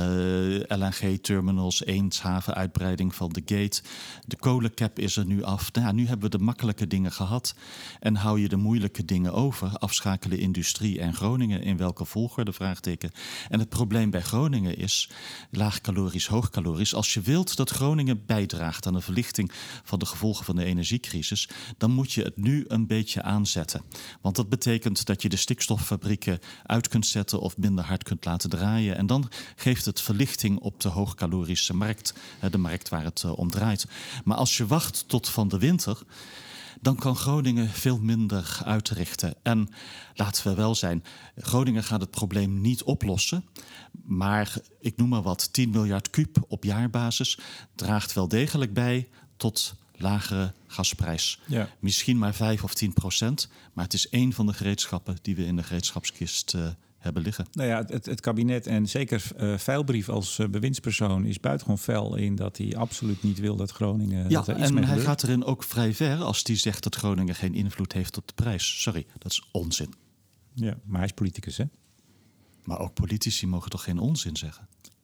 uh, L N G-terminals, Eemshaven, uitbreiding van de gate. De kolencap is er nu af. Nou ja, nu hebben we de makkelijke dingen gehad. En hou je de moeilijke dingen over. Afschakelen industrie en Groningen. In welke volgorde, vraagteken. En het probleem bij Groningen is laagcalorisch, hoogcalorisch. Als je wilt dat Groningen bijdraagt aan de verlichting van de gevolgen van de energiecrisis, dan moet je het nu een beetje aanzetten. Want dat betekent dat je de stikstoffabrieken uit kunt zetten of minder hard kunt laten draaien. En dan geeft het verlichting op de hoogcalorische markt, de markt waar het om draait. Maar als je wacht tot van de winter, dan kan Groningen veel minder uitrichten. En laten we wel zijn, Groningen gaat het probleem niet oplossen. Maar ik noem maar wat, tien miljard kuub op jaarbasis draagt wel degelijk bij tot lagere gasprijs. Ja. Misschien maar vijf of tien procent. Maar het is één van de gereedschappen die we in de gereedschapskist uh, hebben liggen. Nou ja, het, het kabinet en zeker uh, Veilbrief als uh, bewindspersoon is buitengewoon fel in dat hij absoluut niet wil dat Groningen. Ja, dat er iets en mee hij gebeurt. gaat erin ook vrij ver als hij zegt dat Groningen geen invloed heeft op de prijs. Sorry, dat is onzin. Ja, maar hij is politicus, hè? Maar ook politici mogen toch geen onzin zeggen?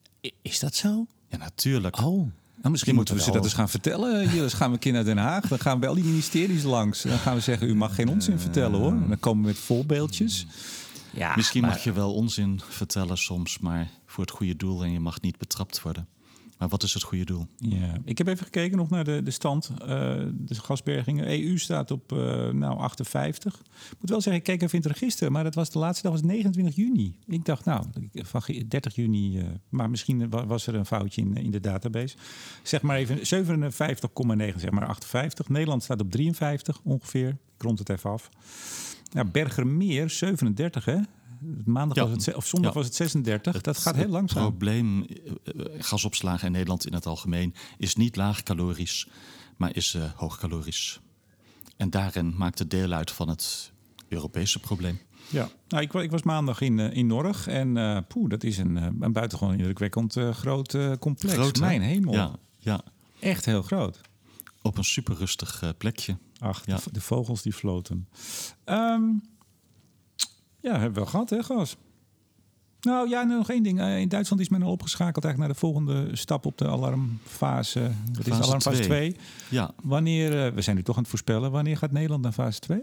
Is dat zo? Ja, natuurlijk. Oh. Nou, misschien moeten we ze dat eens gaan vertellen. Hier, dus gaan we een keer naar Den Haag. Dan gaan we wel die ministeries langs. Dan gaan we zeggen, u mag geen onzin vertellen, hoor. En dan komen we met voorbeeldjes. Ja, Misschien maar... mag je wel onzin vertellen soms, maar voor het goede doel en je mag niet betrapt worden. Maar wat is het goede doel? Ja, ik heb even gekeken nog naar de, de stand. Uh, de gasbergingen. E U staat op uh, nou, achtenvijftig. Ik moet wel zeggen, ik keek even in het register. Maar dat was de laatste dag was negenentwintig juni. Ik dacht, nou, van dertig juni. Uh, maar misschien was er een foutje in, in de database. Zeg maar even zevenenvijftig komma negen, zeg maar achtenvijftig. Nederland staat op drieënvijftig ongeveer. Ik rond het even af. Nou, Bergermeer, zevenendertig, hè? Maandag Ja. was het, ze- of zondag Ja. was het zesendertig. Dat gaat heel Het langzaam. probleem, eh, eh, gasopslagen in Nederland in het algemeen, is niet laagcalorisch, maar is uh, hoogcalorisch. En daarin maakt het deel uit van het Europese probleem. Ja, nou, ik, wa- ik was maandag in, uh, in Norg. En uh, poeh, dat is een, uh, een buitengewoon indrukwekkend uh, groot uh, complex. Groot, hè? Mijn hemel. Ja, ja, Echt heel groot. op een super rustig uh, plekje. Ach, Ja. de, de vogels die floten. Um, ja, hebben we wel gehad, hè, Gas? Nou ja, nog één ding. Uh, in Duitsland is men al opgeschakeld eigenlijk naar de volgende stap op de alarmfase. Dat is Fase alarmfase twee. twee. Ja, Wanneer, uh, we zijn nu toch aan het voorspellen, wanneer gaat Nederland naar fase twee?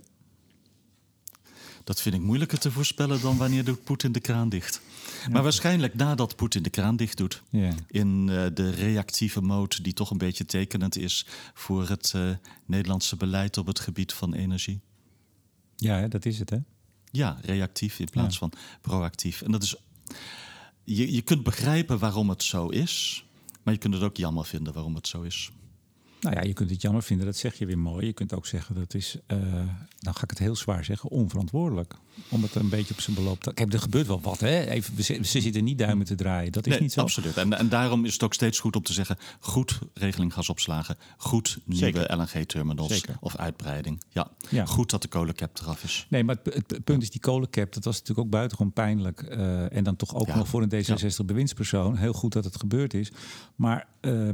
dat vind ik moeilijker te voorspellen dan wanneer doet Poetin de kraan dicht. Ja. Maar waarschijnlijk nadat Poetin de kraan dicht doet. Ja. In uh, de reactieve mode die toch een beetje tekenend is voor het uh, Nederlandse beleid op het gebied van energie. Ja, hè, dat is het, hè? Ja, reactief in plaats ja. van proactief. En dat is, je, je kunt begrijpen waarom het zo is, maar je kunt het ook jammer vinden waarom het zo is. Nou ja, je kunt het jammer vinden, dat zeg je weer mooi. Je kunt ook zeggen dat is, uh, nou ga ik het heel zwaar zeggen, onverantwoordelijk. Om het een beetje op zijn beloop te... Kijk, er gebeurt wel wat, hè? Even, we, ze zitten niet duimen te draaien, dat is nee, niet zo. Absoluut. En, en daarom is het ook steeds goed om te zeggen, goed regeling gasopslagen, goed nieuwe Zeker. L N G-terminals Zeker. of uitbreiding. Ja. Ja. Goed dat de kolencap eraf is. Nee, maar het, het punt is die kolencap, dat was natuurlijk ook buitengewoon pijnlijk. Uh, en dan toch ook ja. nog voor een D zesenzestig-bewindspersoon. Heel goed dat het gebeurd is. Maar... Uh,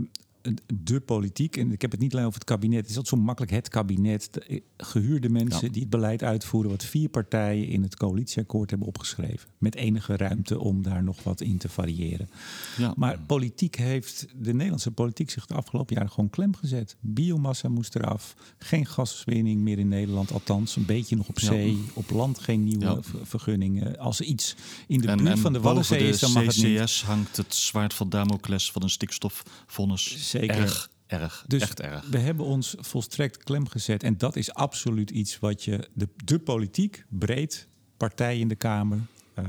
de politiek, en ik heb het niet alleen over het kabinet, het is altijd zo makkelijk het kabinet, de gehuurde mensen ja. die het beleid uitvoeren wat vier partijen in het coalitieakkoord hebben opgeschreven. Met enige ruimte om daar nog wat in te variëren. Ja. Maar politiek heeft de Nederlandse politiek zich de afgelopen jaren gewoon klem gezet. Biomassa moest eraf, geen gaswinning meer in Nederland, althans een beetje nog op zee, ja. op land geen nieuwe ja. vergunningen. Als er iets in de en, buurt en van de Waddenzee is, dan mag het niet. C C S hangt het zwaard van Damocles van een stikstofvonnis. Zeker. Erg, erg, dus echt erg. We hebben ons volstrekt klem gezet. En dat is absoluut iets wat je de, de politiek, breed, partijen in de Kamer, uh,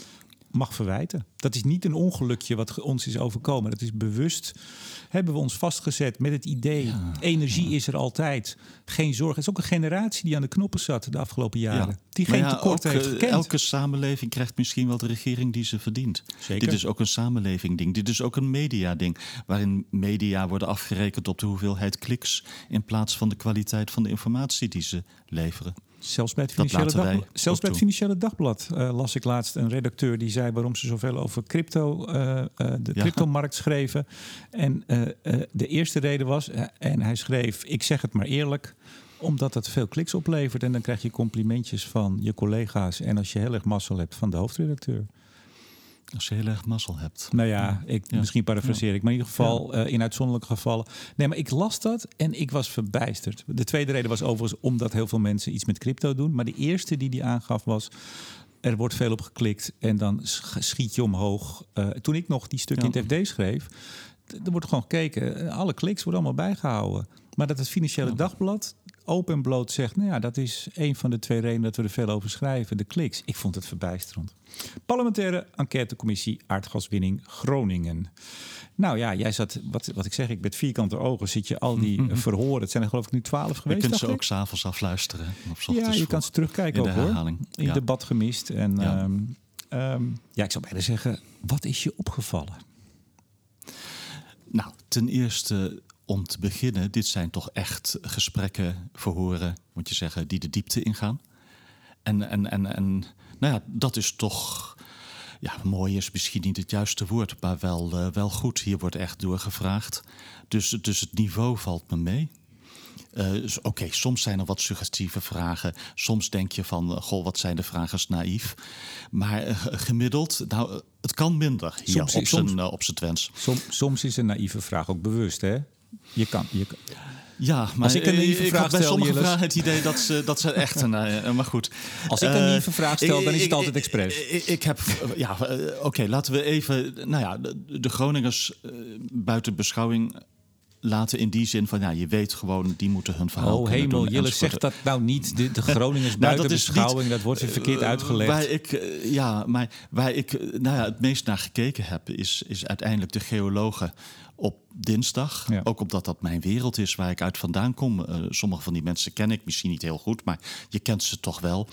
mag verwijten. Dat is niet een ongelukje wat ons is overkomen. Dat is bewust, hebben we ons vastgezet met het idee, ja, energie ja. is er altijd. Geen zorg. Het is ook een generatie die aan de knoppen zat de afgelopen jaren. Ja. Die geen ja, tekort ook, heeft gekend. Elke samenleving krijgt misschien wel de regering die ze verdient. Zeker. Dit is ook een samenleving-ding. Dit is ook een media-ding. Waarin media worden afgerekend op de hoeveelheid kliks in plaats van de kwaliteit van de informatie die ze leveren. Zelfs bij het Financiële, Dagblad, zelfs bij het Financiële Dagblad uh, las ik laatst een redacteur die zei waarom ze zoveel over crypto, uh, uh, de ja. cryptomarkt schreven. En uh, uh, de eerste reden was, uh, en hij schreef, ik zeg het maar eerlijk, omdat het veel kliks oplevert en dan krijg je complimentjes van je collega's en als je heel erg mazzel hebt van de hoofdredacteur. Als je heel erg mazzel hebt. Nou ja, ik, ja. misschien parafraseer ik. Maar in ieder geval ja. uh, in uitzonderlijke gevallen. Nee, maar ik las dat en ik was verbijsterd. De tweede reden was overigens omdat heel veel mensen iets met crypto doen. Maar de eerste die die aangaf was, er wordt veel op geklikt en dan schiet je omhoog. Uh, toen ik nog die stuk ja. in het F D schreef, er wordt gewoon gekeken. Alle kliks worden allemaal bijgehouden. Maar dat het Financiële ja. Dagblad open en bloot zegt, nou ja, dat is een van de twee redenen dat we er veel over schrijven. De kliks. Ik vond het verbijsterend. Parlementaire enquêtecommissie aardgaswinning Groningen. Nou ja, jij zat, wat, wat ik zeg, ik met vierkante ogen zit je al die mm-hmm. verhoren. Het zijn er geloof ik nu twaalf geweest. Je kunt ze ook s'avonds afluisteren. Of ja, je kan ze terugkijken in ook de herhaling. hoor. In ja. debat gemist. En ja. Um, um, ja, ik zou bijna zeggen, wat is je opgevallen? Nou, ten eerste om te beginnen, dit zijn toch echt gesprekken, verhoren, moet je zeggen, die de diepte ingaan. En, en, en, en nou ja, dat is toch, ja, mooi is misschien niet het juiste woord, maar wel, uh, wel goed. Hier wordt echt doorgevraagd. Dus, dus het niveau valt me mee. Uh, dus Oké, okay, soms zijn er wat suggestieve vragen. Soms denk je van, uh, goh, wat zijn de vragers naïef. Maar uh, gemiddeld, nou, uh, het kan minder hier soms, op, soms, zijn, uh, op zijn Twents. Soms, soms is een naïeve vraag ook bewust, hè? Je kan... Je kan. Ja, maar als ik, een naïeve ik vraag had bij stel, sommige Jilles, vragen het idee dat ze, dat ze echt een... Uh, maar goed. Als ik een naïeve vraag stel, uh, dan is het altijd expres. Ik, ik, ik heb... Ja, uh, oké, okay, laten we even... Nou ja, de, de Groningers uh, buiten beschouwing laten in die zin van, ja, je weet gewoon, die moeten hun verhaal Oh kunnen hemel, doen. Jelle, zeg dat nou niet. De, de Groningers Nou, buiten dat is beschouwing, niet, dat wordt weer verkeerd uitgelegd. Waar ik, uh, ja, maar waar ik uh, nou ja, het meest naar gekeken heb, is, is uiteindelijk de geologen op dinsdag. Ja. Ook omdat dat mijn wereld is, waar ik uit vandaan kom. Uh, sommige van die mensen ken ik misschien niet heel goed, maar je kent ze toch wel.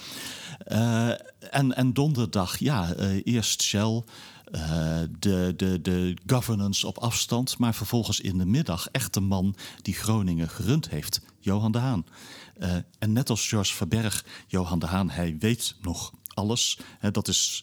Uh, en, en donderdag, ja, uh, eerst Shell. Uh, de, de, de governance op afstand, maar vervolgens in de middag echt de man die Groningen gerund heeft, Johan de Haan. Uh, en net als George Verberg, Johan de Haan, hij weet nog alles. He, dat is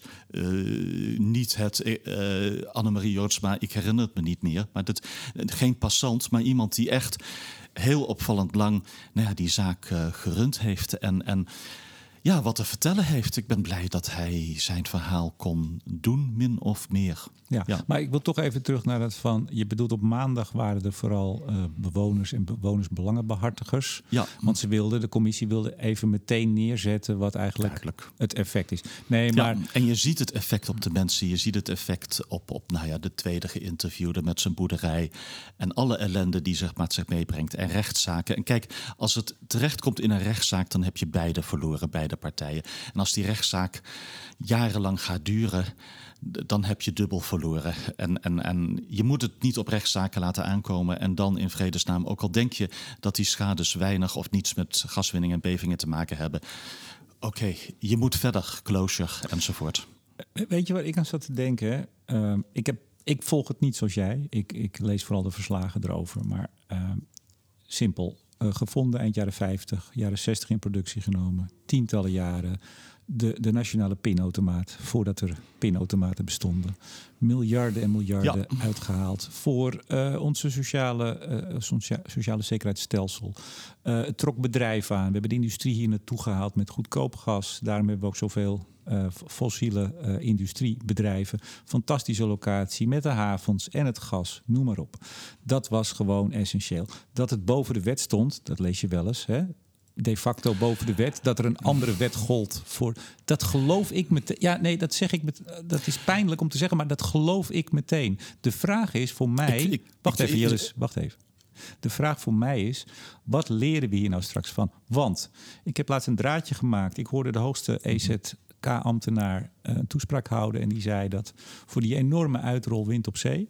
uh, niet het uh, Annemarie Joodsma, ik herinner het me niet meer. Maar dat, geen passant, maar iemand die echt heel opvallend lang nou ja, die zaak uh, gerund heeft. En, en ja, wat te vertellen heeft. Ik ben blij dat hij zijn verhaal kon doen, min of meer. Ja, Ja. Maar ik wil toch even terug naar dat van... Je bedoelt op maandag waren er vooral uh, bewoners en bewonersbelangenbehartigers. Ja. Want ze wilden, de commissie wilde even meteen neerzetten wat eigenlijk Duidelijk. het effect is. Nee, maar... Ja, en je ziet het effect op de mensen. Je ziet het effect op, op nou ja, de tweede geïnterviewde met zijn boerderij. En alle ellende die zeg maar, het zich meebrengt. En rechtszaken. En kijk, als het terechtkomt in een rechtszaak, dan heb je beide verloren, beide partijen. En als die rechtszaak jarenlang gaat duren, dan heb je dubbel verloren. En, en, en je moet het niet op rechtszaken laten aankomen. En dan in vredesnaam, ook al denk je dat die schades weinig of niets met gaswinning en bevingen te maken hebben. Oké, okay, je moet verder, closure enzovoort. Weet je wat ik aan zat te denken? Uh, ik, heb, ik volg het niet zoals jij. Ik, ik lees vooral de verslagen erover. Maar uh, simpel. Uh, gevonden eind jaren vijftig, jaren zestig in productie genomen. Tientallen jaren. De, de nationale pinautomaat, voordat er pinautomaten bestonden. Miljarden en miljarden ja. uitgehaald voor uh, onze sociale, uh, socia- sociale zekerheidsstelsel. Uh, het trok bedrijven aan. We hebben de industrie hier naartoe gehaald met goedkoop gas. Daarom hebben we ook zoveel uh, fossiele uh, industriebedrijven. Fantastische locatie met de havens en het gas, noem maar op. Dat was gewoon essentieel. Dat het boven de wet stond, dat lees je wel eens, hè? De facto boven de wet, dat er een andere wet gold voor. Dat geloof ik meteen. Ja, nee, dat zeg ik met. Dat is pijnlijk om te zeggen, maar dat geloof ik meteen. De vraag is voor mij. Ik, ik, wacht ik, even, ik, Jillis, wacht even. De vraag voor mij is: wat leren we hier nou straks van? Want ik heb laatst een draadje gemaakt. Ik hoorde de hoogste E Z K-ambtenaar een toespraak houden en die zei dat voor die enorme uitrol wind op zee.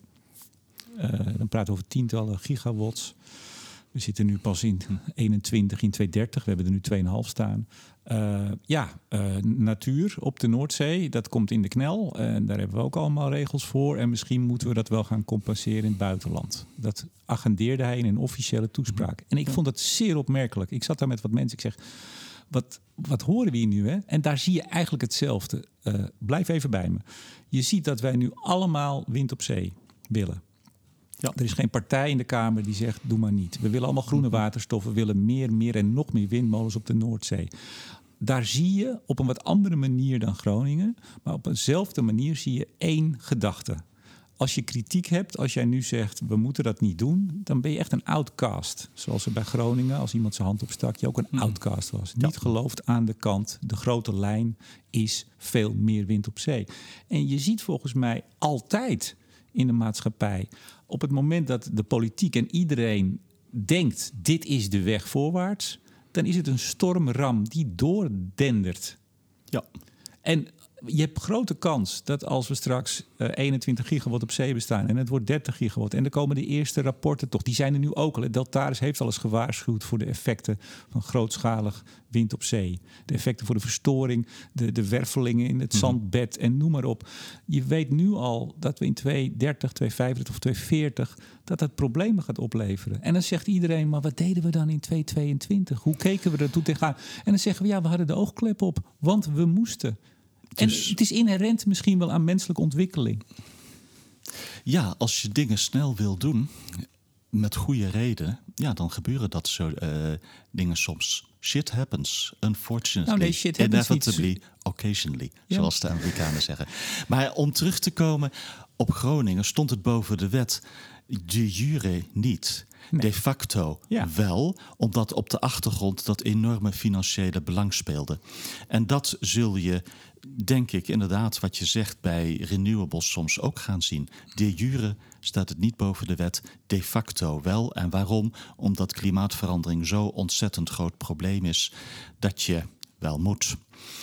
Uh, dan praten we over tientallen gigawatts. We zitten nu pas in eenentwintig, in tweeduizend dertig. We hebben er nu twee komma vijf staan. Uh, ja, uh, natuur op de Noordzee, dat komt in de knel. En daar hebben we ook allemaal regels voor. En misschien moeten we dat wel gaan compenseren in het buitenland. Dat agendeerde hij in een officiële toespraak. En ik vond het zeer opmerkelijk. Ik zat daar met wat mensen. Ik zeg, wat, wat horen we hier nu? Hè? En daar zie je eigenlijk hetzelfde. Uh, blijf even bij me. Je ziet dat wij nu allemaal wind op zee willen. Ja. Er is geen partij in de Kamer die zegt, doe maar niet. We willen allemaal groene waterstof. We willen meer, meer en nog meer windmolens op de Noordzee. Daar zie je op een wat andere manier dan Groningen. Maar op eenzelfde manier zie je één gedachte. Als je kritiek hebt, als jij nu zegt, we moeten dat niet doen, dan ben je echt een outcast. Zoals er bij Groningen, als iemand zijn hand opstak, je ook een outcast was. Ja. Niet gelooft aan de kant, de grote lijn is veel meer wind op zee. En je ziet volgens mij altijd in de maatschappij, op het moment dat de politiek en iedereen denkt, dit is de weg voorwaarts, dan is het een stormram die doordendert. Ja. En je hebt grote kans dat als we straks uh, eenentwintig gigawatt op zee bestaan en het wordt dertig gigawatt en er komen de eerste rapporten toch, die zijn er nu ook al. Deltaris heeft al eens gewaarschuwd voor de effecten van grootschalig wind op zee. De effecten voor de verstoring, de, de wervelingen in het zandbed en noem maar op. Je weet nu al dat we in tweeduizend dertig, tweeduizend vijfendertig of tweeduizend veertig dat dat problemen gaat opleveren. En dan zegt iedereen, maar wat deden we dan in tweeduizend tweeëntwintig? Hoe keken we er toe tegenaan? En dan zeggen we, ja, we hadden de oogklep op, want we moesten. Dus, en het is inherent misschien wel aan menselijke ontwikkeling. Ja, als je dingen snel wil doen, met goede reden, ja, dan gebeuren dat soort uh, dingen soms. Shit happens, unfortunately, nou nee, shit happens inevitably, niet. occasionally, Ja. zoals de Amerikanen zeggen. Maar om terug te komen op Groningen, stond het boven de wet de jure niet. Nee. De facto ja. wel, omdat op de achtergrond dat enorme financiële belang speelde. En dat zul je denk ik inderdaad wat je zegt bij renewables soms ook gaan zien. De jure staat het niet boven de wet, de facto wel. En waarom? Omdat klimaatverandering zo ontzettend groot probleem is dat je wel moet.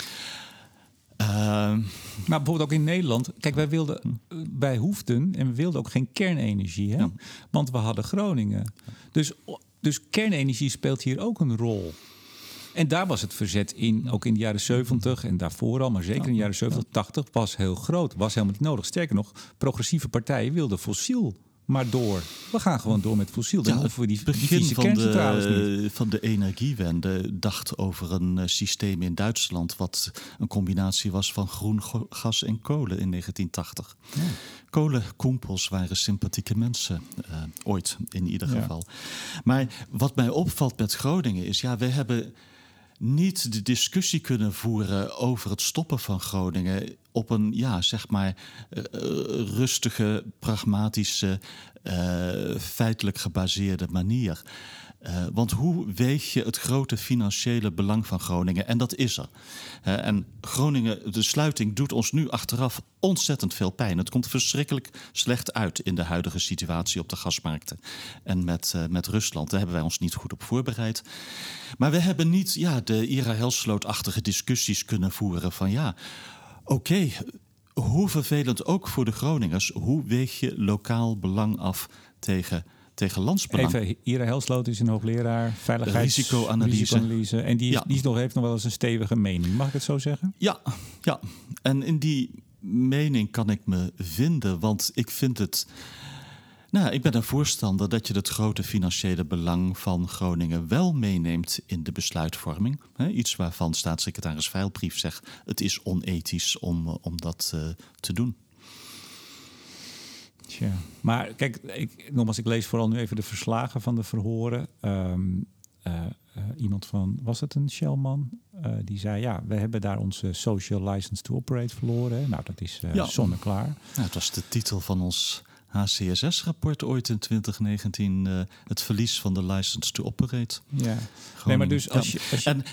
Uh, maar bijvoorbeeld ook in Nederland. Kijk, wij wilden, wij hoefden en we wilden ook geen kernenergie. Hè? Ja. Want we hadden Groningen. Dus, dus kernenergie speelt hier ook een rol. En daar was het verzet in, ook in de jaren zeventig en daarvoor al, maar zeker in de jaren zeventig, tachtig, was heel groot. Was helemaal niet nodig. Sterker nog, progressieve partijen wilden fossiel maar door. We gaan gewoon door met fossiel. Dan ja, hoeven we die, het begin die vieze van kerncentrales de, niet. van de energiewende dacht over een uh, systeem in Duitsland wat een combinatie was van groen go- gas en kolen in negentien tachtig. Ja. Kolenkoempels waren sympathieke mensen, uh, ooit in ieder geval. Ja. Maar wat mij opvalt met Groningen is, ja, we hebben niet de discussie kunnen voeren over het stoppen van Groningen op een, ja, zeg maar, uh, rustige, pragmatische, uh, feitelijk gebaseerde manier. Uh, want hoe weeg je het grote financiële belang van Groningen? En dat is er. Uh, en Groningen, de sluiting doet ons nu achteraf ontzettend veel pijn. Het komt verschrikkelijk slecht uit in de huidige situatie op de gasmarkten. En met, uh, met Rusland, daar hebben wij ons niet goed op voorbereid. Maar we hebben niet ja, de Ira Helsloot-achtige discussies kunnen voeren van ja, oké, okay, hoe vervelend ook voor de Groningers, hoe weeg je lokaal belang af tegen tegen landsbelang. Even, Ira Helsloot is een hoogleraar veiligheids- risicoanalyse. risicoanalyse. En die, is, ja. die is nog, heeft nog wel eens een stevige mening. Mag ik het zo zeggen? Ja, ja. En in die mening kan ik me vinden, want ik vind het. Nou, ik ben een voorstander dat je het grote financiële belang van Groningen wel meeneemt in de besluitvorming. He, iets waarvan staatssecretaris Veilbrief zegt, het is onethisch om, om dat uh, te doen. Ja. Maar kijk, ik, nogmaals, ik lees vooral nu even de verslagen van de verhoren. Um, uh, uh, iemand van, was het een Shellman? Uh, die zei, ja, we hebben daar onze social license to operate verloren. Hè? Nou, dat is uh, ja. zonneklaar. Nou, het was de titel van ons H C S S-rapport ooit in twintig negentien. Uh, het verlies van de license to operate. Ja. Nee, maar dus als je... Als je... En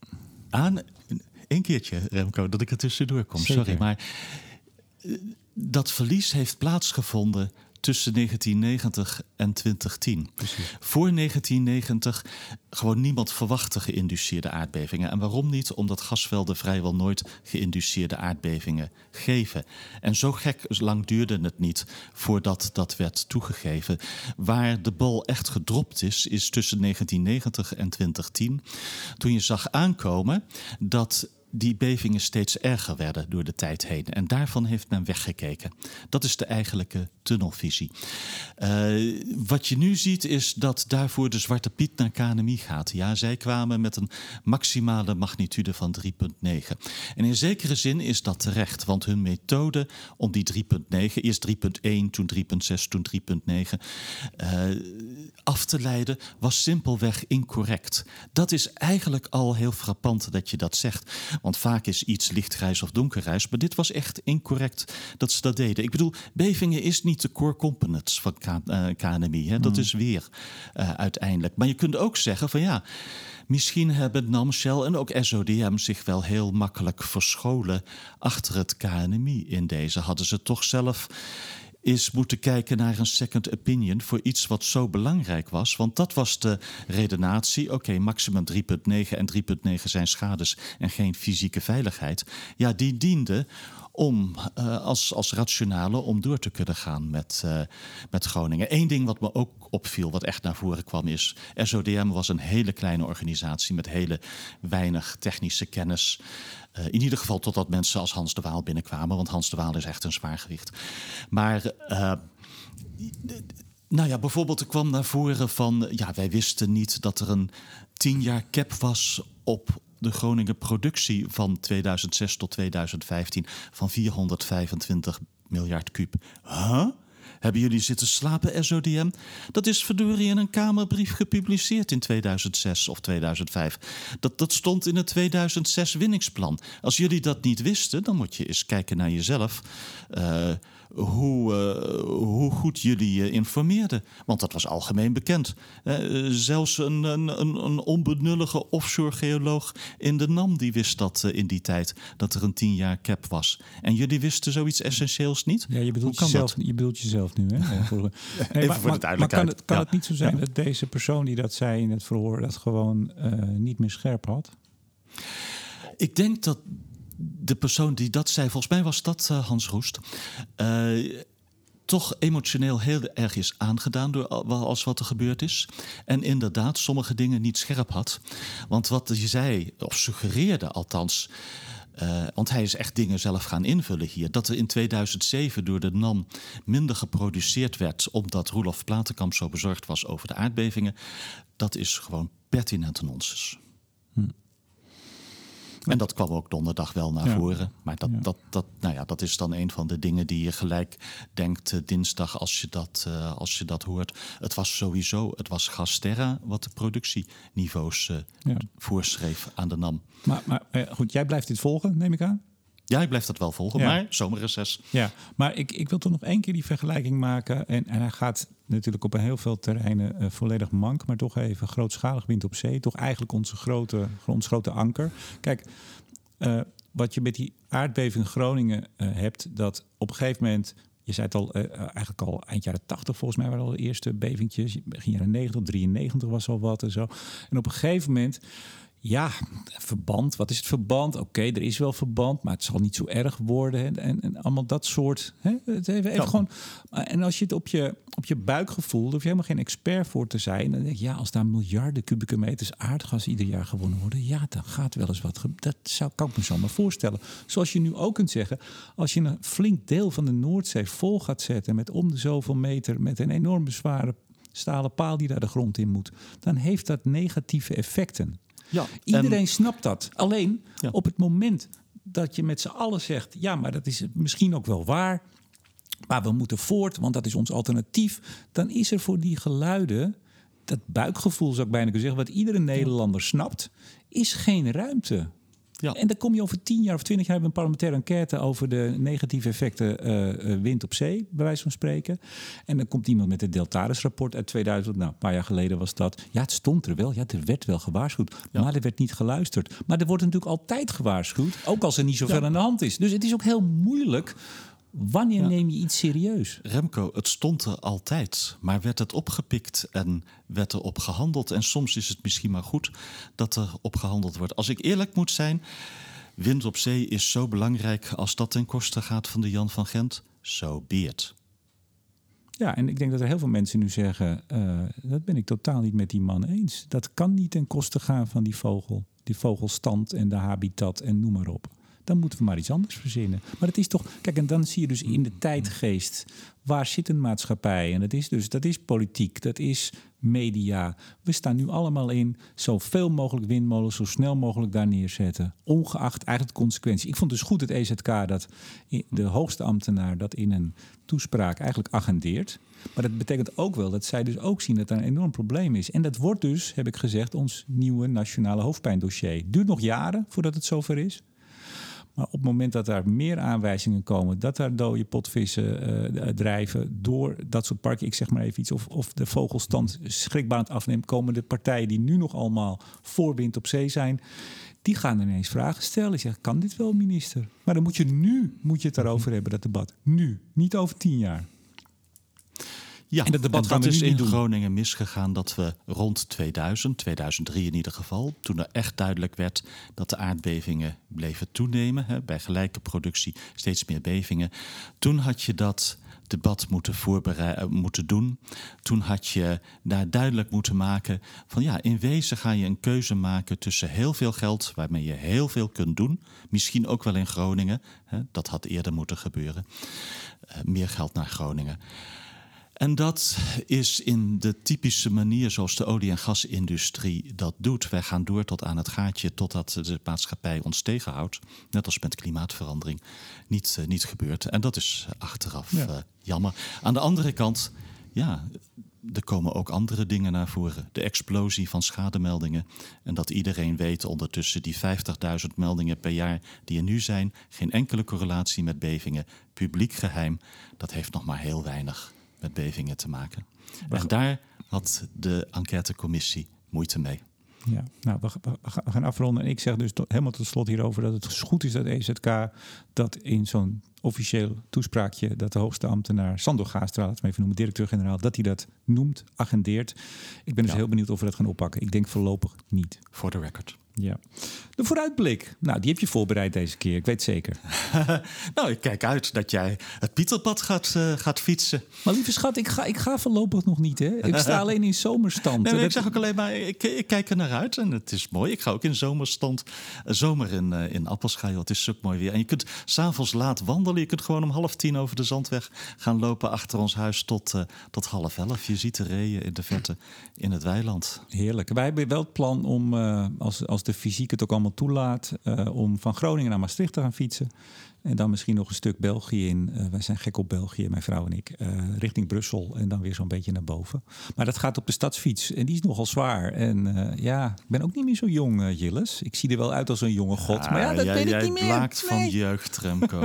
aan één keertje, Remco, dat ik er tussendoor kom. Zeker. Sorry, maar Uh, dat verlies heeft plaatsgevonden tussen negentien negentig en twintig tien. Precies. Voor negentien negentig gewoon niemand verwachtte geïnduceerde aardbevingen. En waarom niet? Omdat gasvelden vrijwel nooit geïnduceerde aardbevingen geven. En zo gek lang duurde het niet voordat dat werd toegegeven. Waar de bal echt gedropt is, is tussen negentien negentig en twintig tien. Toen je zag aankomen dat die bevingen steeds erger werden door de tijd heen. En daarvan heeft men weggekeken. Dat is de eigenlijke tunnelvisie. Uh, wat je nu ziet is dat daarvoor de Zwarte Piet naar K N M I gaat. Ja, zij kwamen met een maximale magnitude van drie komma negen. En in zekere zin is dat terecht. Want hun methode om die drie komma negen, eerst drie komma één, toen drie komma zes, toen drie komma negen... Uh, af te leiden, was simpelweg incorrect. Dat is eigenlijk al heel frappant dat je dat zegt. Want vaak is iets lichtgrijs of donkergrijs, maar dit was echt incorrect dat ze dat deden. Ik bedoel, bevingen is niet de core components van K- uh, K N M I. Hè? Dat mm. is weer uh, uiteindelijk. Maar je kunt ook zeggen van ja, misschien hebben NAM, Shell en ook S O D M zich wel heel makkelijk verscholen achter het K N M I in deze. Hadden ze toch zelf is moeten kijken naar een second opinion voor iets wat zo belangrijk was. Want dat was de redenatie. Oké, okay, maximum drie komma negen en drie komma negen zijn schades en geen fysieke veiligheid. Ja, die diende om uh, als, als rationale om door te kunnen gaan met, uh, met Groningen. Eén ding wat me ook opviel, wat echt naar voren kwam, is S O D M was een hele kleine organisatie met hele weinig technische kennis. Uh, in ieder geval totdat mensen als Hans de Waal binnenkwamen, want Hans de Waal is echt een zwaargewicht. Maar uh, nou ja, bijvoorbeeld er kwam naar voren van, ja, wij wisten niet dat er een tien jaar cap was op de Groningen productie van tweeduizend zes tot tweeduizend vijftien van vierhonderdvijfentwintig miljard kuub. Huh? Hebben jullie zitten slapen, S O D M? Dat is verdorie in een Kamerbrief gepubliceerd in tweeduizend zes of tweeduizend vijf. Dat, dat stond in het tweeduizend zes winningsplan. Als jullie dat niet wisten, dan moet je eens kijken naar jezelf. Uh, hoe, uh, hoe goed jullie uh, informeerden. Want dat was algemeen bekend. Uh, zelfs een, een, een onbenullige offshore-geoloog in de NAM die wist dat uh, in die tijd, dat er een tien jaar cap was. En jullie wisten zoiets essentieels niet? Ja, je bedoelt, jezelf, je bedoelt jezelf nu, hè? Ja, voor, hey, Even voor de duidelijkheid. Maar kan het, kan ja. het niet zo zijn ja. dat deze persoon die dat zei in het verhoor dat gewoon uh, niet meer scherp had? Ik denk dat de persoon die dat zei, volgens mij was dat uh, Hans Roest, uh, toch emotioneel heel erg is aangedaan door alles wat er gebeurd is. En inderdaad sommige dingen niet scherp had. Want wat hij zei, of suggereerde althans, Uh, want hij is echt dingen zelf gaan invullen hier. Dat er in tweeduizend zeven door de NAM minder geproduceerd werd omdat Roelof Platenkamp zo bezorgd was over de aardbevingen, dat is gewoon pertinente nonsens. Hm. En dat kwam ook donderdag wel naar ja. voren. Maar dat, ja. dat, dat, nou ja, dat is dan een van de dingen die je gelijk denkt uh, dinsdag als je, dat, uh, als je dat hoort. Het was sowieso, het was Gasterra wat de productieniveaus uh, ja. voorschreef aan de NAM. Maar, maar uh, goed, jij blijft dit volgen, neem ik aan? Ja, ik blijf dat wel volgen, ja. maar zomerreces. Ja, maar ik, ik wil toch nog één keer die vergelijking maken. En, en hij gaat natuurlijk op een heel veel terreinen uh, volledig mank. Maar toch even grootschalig wind op zee. Toch eigenlijk onze grote, ons grote anker. Kijk, uh, wat je met die aardbeving Groningen uh, hebt, dat op een gegeven moment, je zei het al, uh, eigenlijk al eind jaren tachtig volgens mij waren al de eerste bevingjes. Begin jaren negentig, drieënnegentig was al wat en zo. En op een gegeven moment, ja, verband. Wat is het verband? Oké, okay, er is wel verband, maar het zal niet zo erg worden. En, en, en allemaal dat soort. Hè? Het even, even ja. gewoon, en als je het op je, op je buikgevoel, daar hoef je helemaal geen expert voor te zijn. Dan denk je, ja, als daar miljarden kubieke meters aardgas ieder jaar gewonnen worden, ja, dan gaat wel eens wat. Dat zou, kan ik me zo maar voorstellen. Zoals je nu ook kunt zeggen, als je een flink deel van de Noordzee vol gaat zetten met om de zoveel meter, met een enorme zware stalen paal die daar de grond in moet, dan heeft dat negatieve effecten. Ja, Iedereen en... snapt dat. Alleen ja. op het moment dat je met z'n allen zegt, ja, maar dat is misschien ook wel waar, maar we moeten voort, want dat is ons alternatief, dan is er voor die geluiden, dat buikgevoel zou ik bijna kunnen zeggen, wat iedere Nederlander snapt, is geen ruimte. Ja. En dan kom je over tien jaar of twintig jaar hebben we een parlementaire enquête over de negatieve effecten uh, uh, wind op zee, bij wijze van spreken. En dan komt iemand met het Deltares-rapport uit tweeduizend. Nou, een paar jaar geleden was dat. Ja, het stond er wel. Ja, er werd wel gewaarschuwd. Ja. Maar er werd niet geluisterd. Maar er wordt natuurlijk altijd gewaarschuwd, ook als er niet zoveel ja. aan de hand is. Dus het is ook heel moeilijk. Wanneer ja. neem je iets serieus? Remco, het stond er altijd, maar werd het opgepikt en werd er op gehandeld. En soms is het misschien maar goed dat er op gehandeld wordt. Als ik eerlijk moet zijn, wind op zee is zo belangrijk. Als dat ten koste gaat van de Jan van Gent, so be it. Ja, en ik denk dat er heel veel mensen nu zeggen, uh, dat ben ik totaal niet met die man eens. Dat kan niet ten koste gaan van die vogel. Die vogelstand en de habitat en noem maar op. Dan moeten we maar iets anders verzinnen. Maar het is toch, kijk, en dan zie je dus in de tijdgeest, waar zit een maatschappij? En dat is dus, dat is politiek, dat is media. We staan nu allemaal in zoveel mogelijk windmolens, zo snel mogelijk daar neerzetten. Ongeacht eigenlijk de consequentie. Ik vond dus goed het E Z K dat de hoogste ambtenaar dat in een toespraak eigenlijk agendeert. Maar dat betekent ook wel dat zij dus ook zien dat er een enorm probleem is. En dat wordt dus, heb ik gezegd, ons nieuwe nationale hoofdpijndossier. Duurt nog jaren voordat het zover is. Maar op het moment dat er meer aanwijzingen komen, dat daar dode potvissen uh, drijven door dat soort parken, ik zeg maar even iets, of, of de vogelstand schrikbarend afneemt, komen de partijen die nu nog allemaal voor wind op zee zijn, die gaan ineens vragen stellen. Die zeggen, kan dit wel, minister? Maar dan moet je nu moet je het daarover hebben, dat debat. Nu, niet over tien jaar. Ja, en dat, debat en dat is in doen. Groningen misgegaan dat we rond tweeduizend, tweeduizend drie in ieder geval, toen er echt duidelijk werd dat de aardbevingen bleven toenemen, hè, bij gelijke productie steeds meer bevingen. Toen had je dat debat moeten voorbereiden, moeten doen. Toen had je daar duidelijk moeten maken van ja, in wezen ga je een keuze maken tussen heel veel geld, waarmee je heel veel kunt doen. Misschien ook wel in Groningen, hè, dat had eerder moeten gebeuren. Uh, meer geld naar Groningen. En dat is in de typische manier zoals de olie- en gasindustrie dat doet. Wij gaan door tot aan het gaatje totdat de maatschappij ons tegenhoudt. Net als met klimaatverandering niet, uh, niet gebeurt. En dat is achteraf ja. uh, jammer. Aan de andere kant, ja, er komen ook andere dingen naar voren. De explosie van schademeldingen. En dat iedereen weet ondertussen die vijftigduizend meldingen per jaar die er nu zijn, geen enkele correlatie met bevingen. Publiek geheim, dat heeft nog maar heel weinig met bevingen te maken. En daar had de enquêtecommissie moeite mee. Ja, nou, we, we gaan afronden. En ik zeg dus tot, helemaal tot slot hierover dat het goed is dat E Z K dat in zo'n officieel toespraakje, dat de hoogste ambtenaar Sandor Gaastra, laten we even noemen, directeur-generaal, dat hij dat noemt, agendeert. Ik ben dus ja. heel benieuwd of we dat gaan oppakken. Ik denk voorlopig niet. For the record. Ja. De vooruitblik. Nou, die heb je voorbereid deze keer. Ik weet zeker. Nou, ik kijk uit dat jij het Pieterpad gaat, uh, gaat fietsen. Maar lieve schat, ik ga, ik ga voorlopig nog niet. Hè? Ik sta alleen in zomerstand. Nee, nee, ik zeg ook alleen maar, ik, ik kijk er naar uit en het is mooi. Ik ga ook in zomerstand. Zomer in, uh, in Appelschijl, het is ook mooi weer. En je kunt 's avonds laat wandelen. Je kunt gewoon om half tien over de Zandweg gaan lopen achter ons huis tot, uh, tot half elf. Je ziet de reeën in de verte in het weiland. Heerlijk. Wij hebben wel het plan om, uh, als, als de fysiek het ook allemaal toelaat, uh, om van Groningen naar Maastricht te gaan fietsen. En dan misschien nog een stuk België in. Uh, wij zijn gek op België, mijn vrouw en ik. Uh, richting Brussel en dan weer zo'n beetje naar boven. Maar dat gaat op de stadsfiets en die is nogal zwaar. En uh, ja, ik ben ook niet meer zo jong, uh, Jilles. Ik zie er wel uit als een jonge god. Ja, maar ja, dat jij, ben ik jij niet meer. blaakt nee. van jeugd, Remco.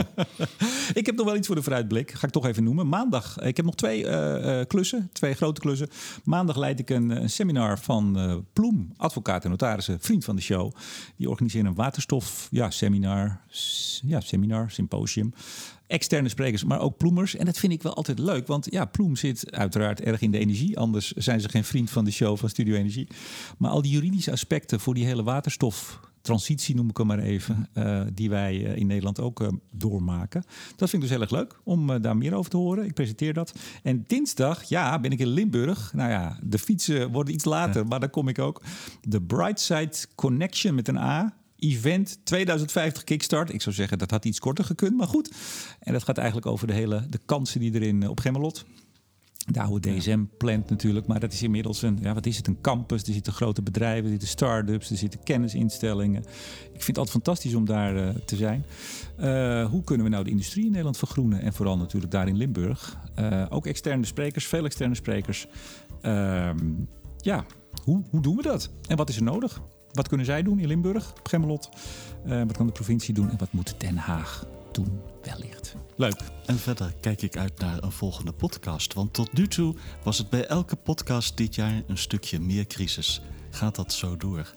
Ik heb nog wel iets voor de vooruitblik. Ga ik toch even noemen. Maandag. Ik heb nog twee uh, uh, klussen. Twee grote klussen. Maandag leid ik een, een seminar van uh, Ploem, advocaat en notarissen, vriend van de show. Die organiseren een waterstof ja, seminar. Ja, seminar, symposium. Externe sprekers, maar ook Ploemers. En dat vind ik wel altijd leuk, want ja, Ploem zit uiteraard erg in de energie. Anders zijn ze geen vriend van de show van Studio Energie. Maar al die juridische aspecten voor die hele waterstoftransitie, noem ik hem maar even, uh, die wij uh, in Nederland ook uh, doormaken. Dat vind ik dus heel erg leuk om uh, daar meer over te horen. Ik presenteer dat. En dinsdag, ja, ben ik in Limburg. Nou ja, de fietsen worden iets later, ja. maar daar kom ik ook. De Brightside Connection met een A. Event tweeduizend vijftig Kickstart. Ik zou zeggen, dat had iets korter gekund, maar goed. En dat gaat eigenlijk over de hele de kansen die erin op Gemmelot. De oude D S M-plant natuurlijk, maar dat is inmiddels een, ja, wat is het, een campus. Er zitten grote bedrijven, er zitten start-ups, er zitten kennisinstellingen. Ik vind het altijd fantastisch om daar uh, te zijn. Uh, hoe kunnen we nou de industrie in Nederland vergroenen? En vooral natuurlijk daar in Limburg. Uh, ook externe sprekers, veel externe sprekers. Uh, ja, hoe, hoe doen we dat? En wat is er nodig? Wat kunnen zij doen in Limburg, op Gemmelot? Uh, wat kan de provincie doen? En wat moet Den Haag doen wellicht? Leuk. En verder kijk ik uit naar een volgende podcast. Want tot nu toe was het bij elke podcast dit jaar een stukje meer crisis. Gaat dat zo door?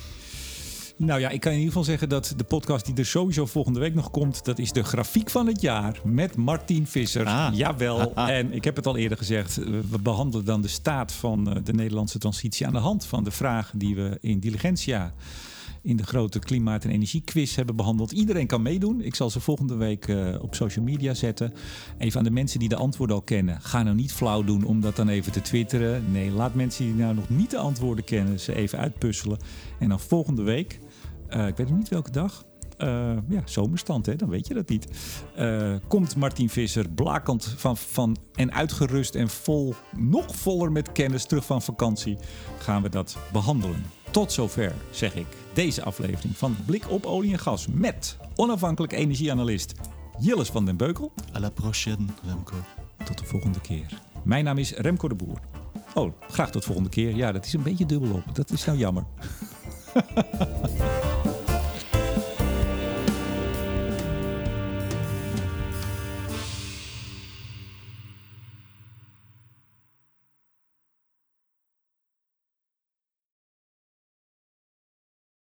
Nou ja, ik kan in ieder geval zeggen dat de podcast die er sowieso volgende week nog komt, dat is de grafiek van het jaar met Martien Visser. Ah. Jawel. Ah. En ik heb het al eerder gezegd, we behandelen dan de staat van de Nederlandse transitie aan de hand van de vragen die we in Diligentia in de grote klimaat- en energiequiz hebben behandeld. Iedereen kan meedoen. Ik zal ze volgende week uh, op social media zetten. Even aan de mensen die de antwoorden al kennen. Ga nou niet flauw doen om dat dan even te twitteren. Nee, laat mensen die nou nog niet de antwoorden kennen ze even uitpuzzelen. En dan volgende week, uh, ik weet nog niet welke dag, Uh, ja, zomerstand, hè? Dan weet je dat niet. Uh, komt Martien Visser blakend van, van en uitgerust en vol, nog voller met kennis terug van vakantie, gaan we dat behandelen. Tot zover, zeg ik, deze aflevering van Blik op Olie en Gas met onafhankelijk energieanalist Jilles van den Beukel. À la prochaine, Remco. Tot de volgende keer. Mijn naam is Remco de Boer. Oh, graag tot de volgende keer. Ja, dat is een beetje dubbelop. Dat is nou jammer.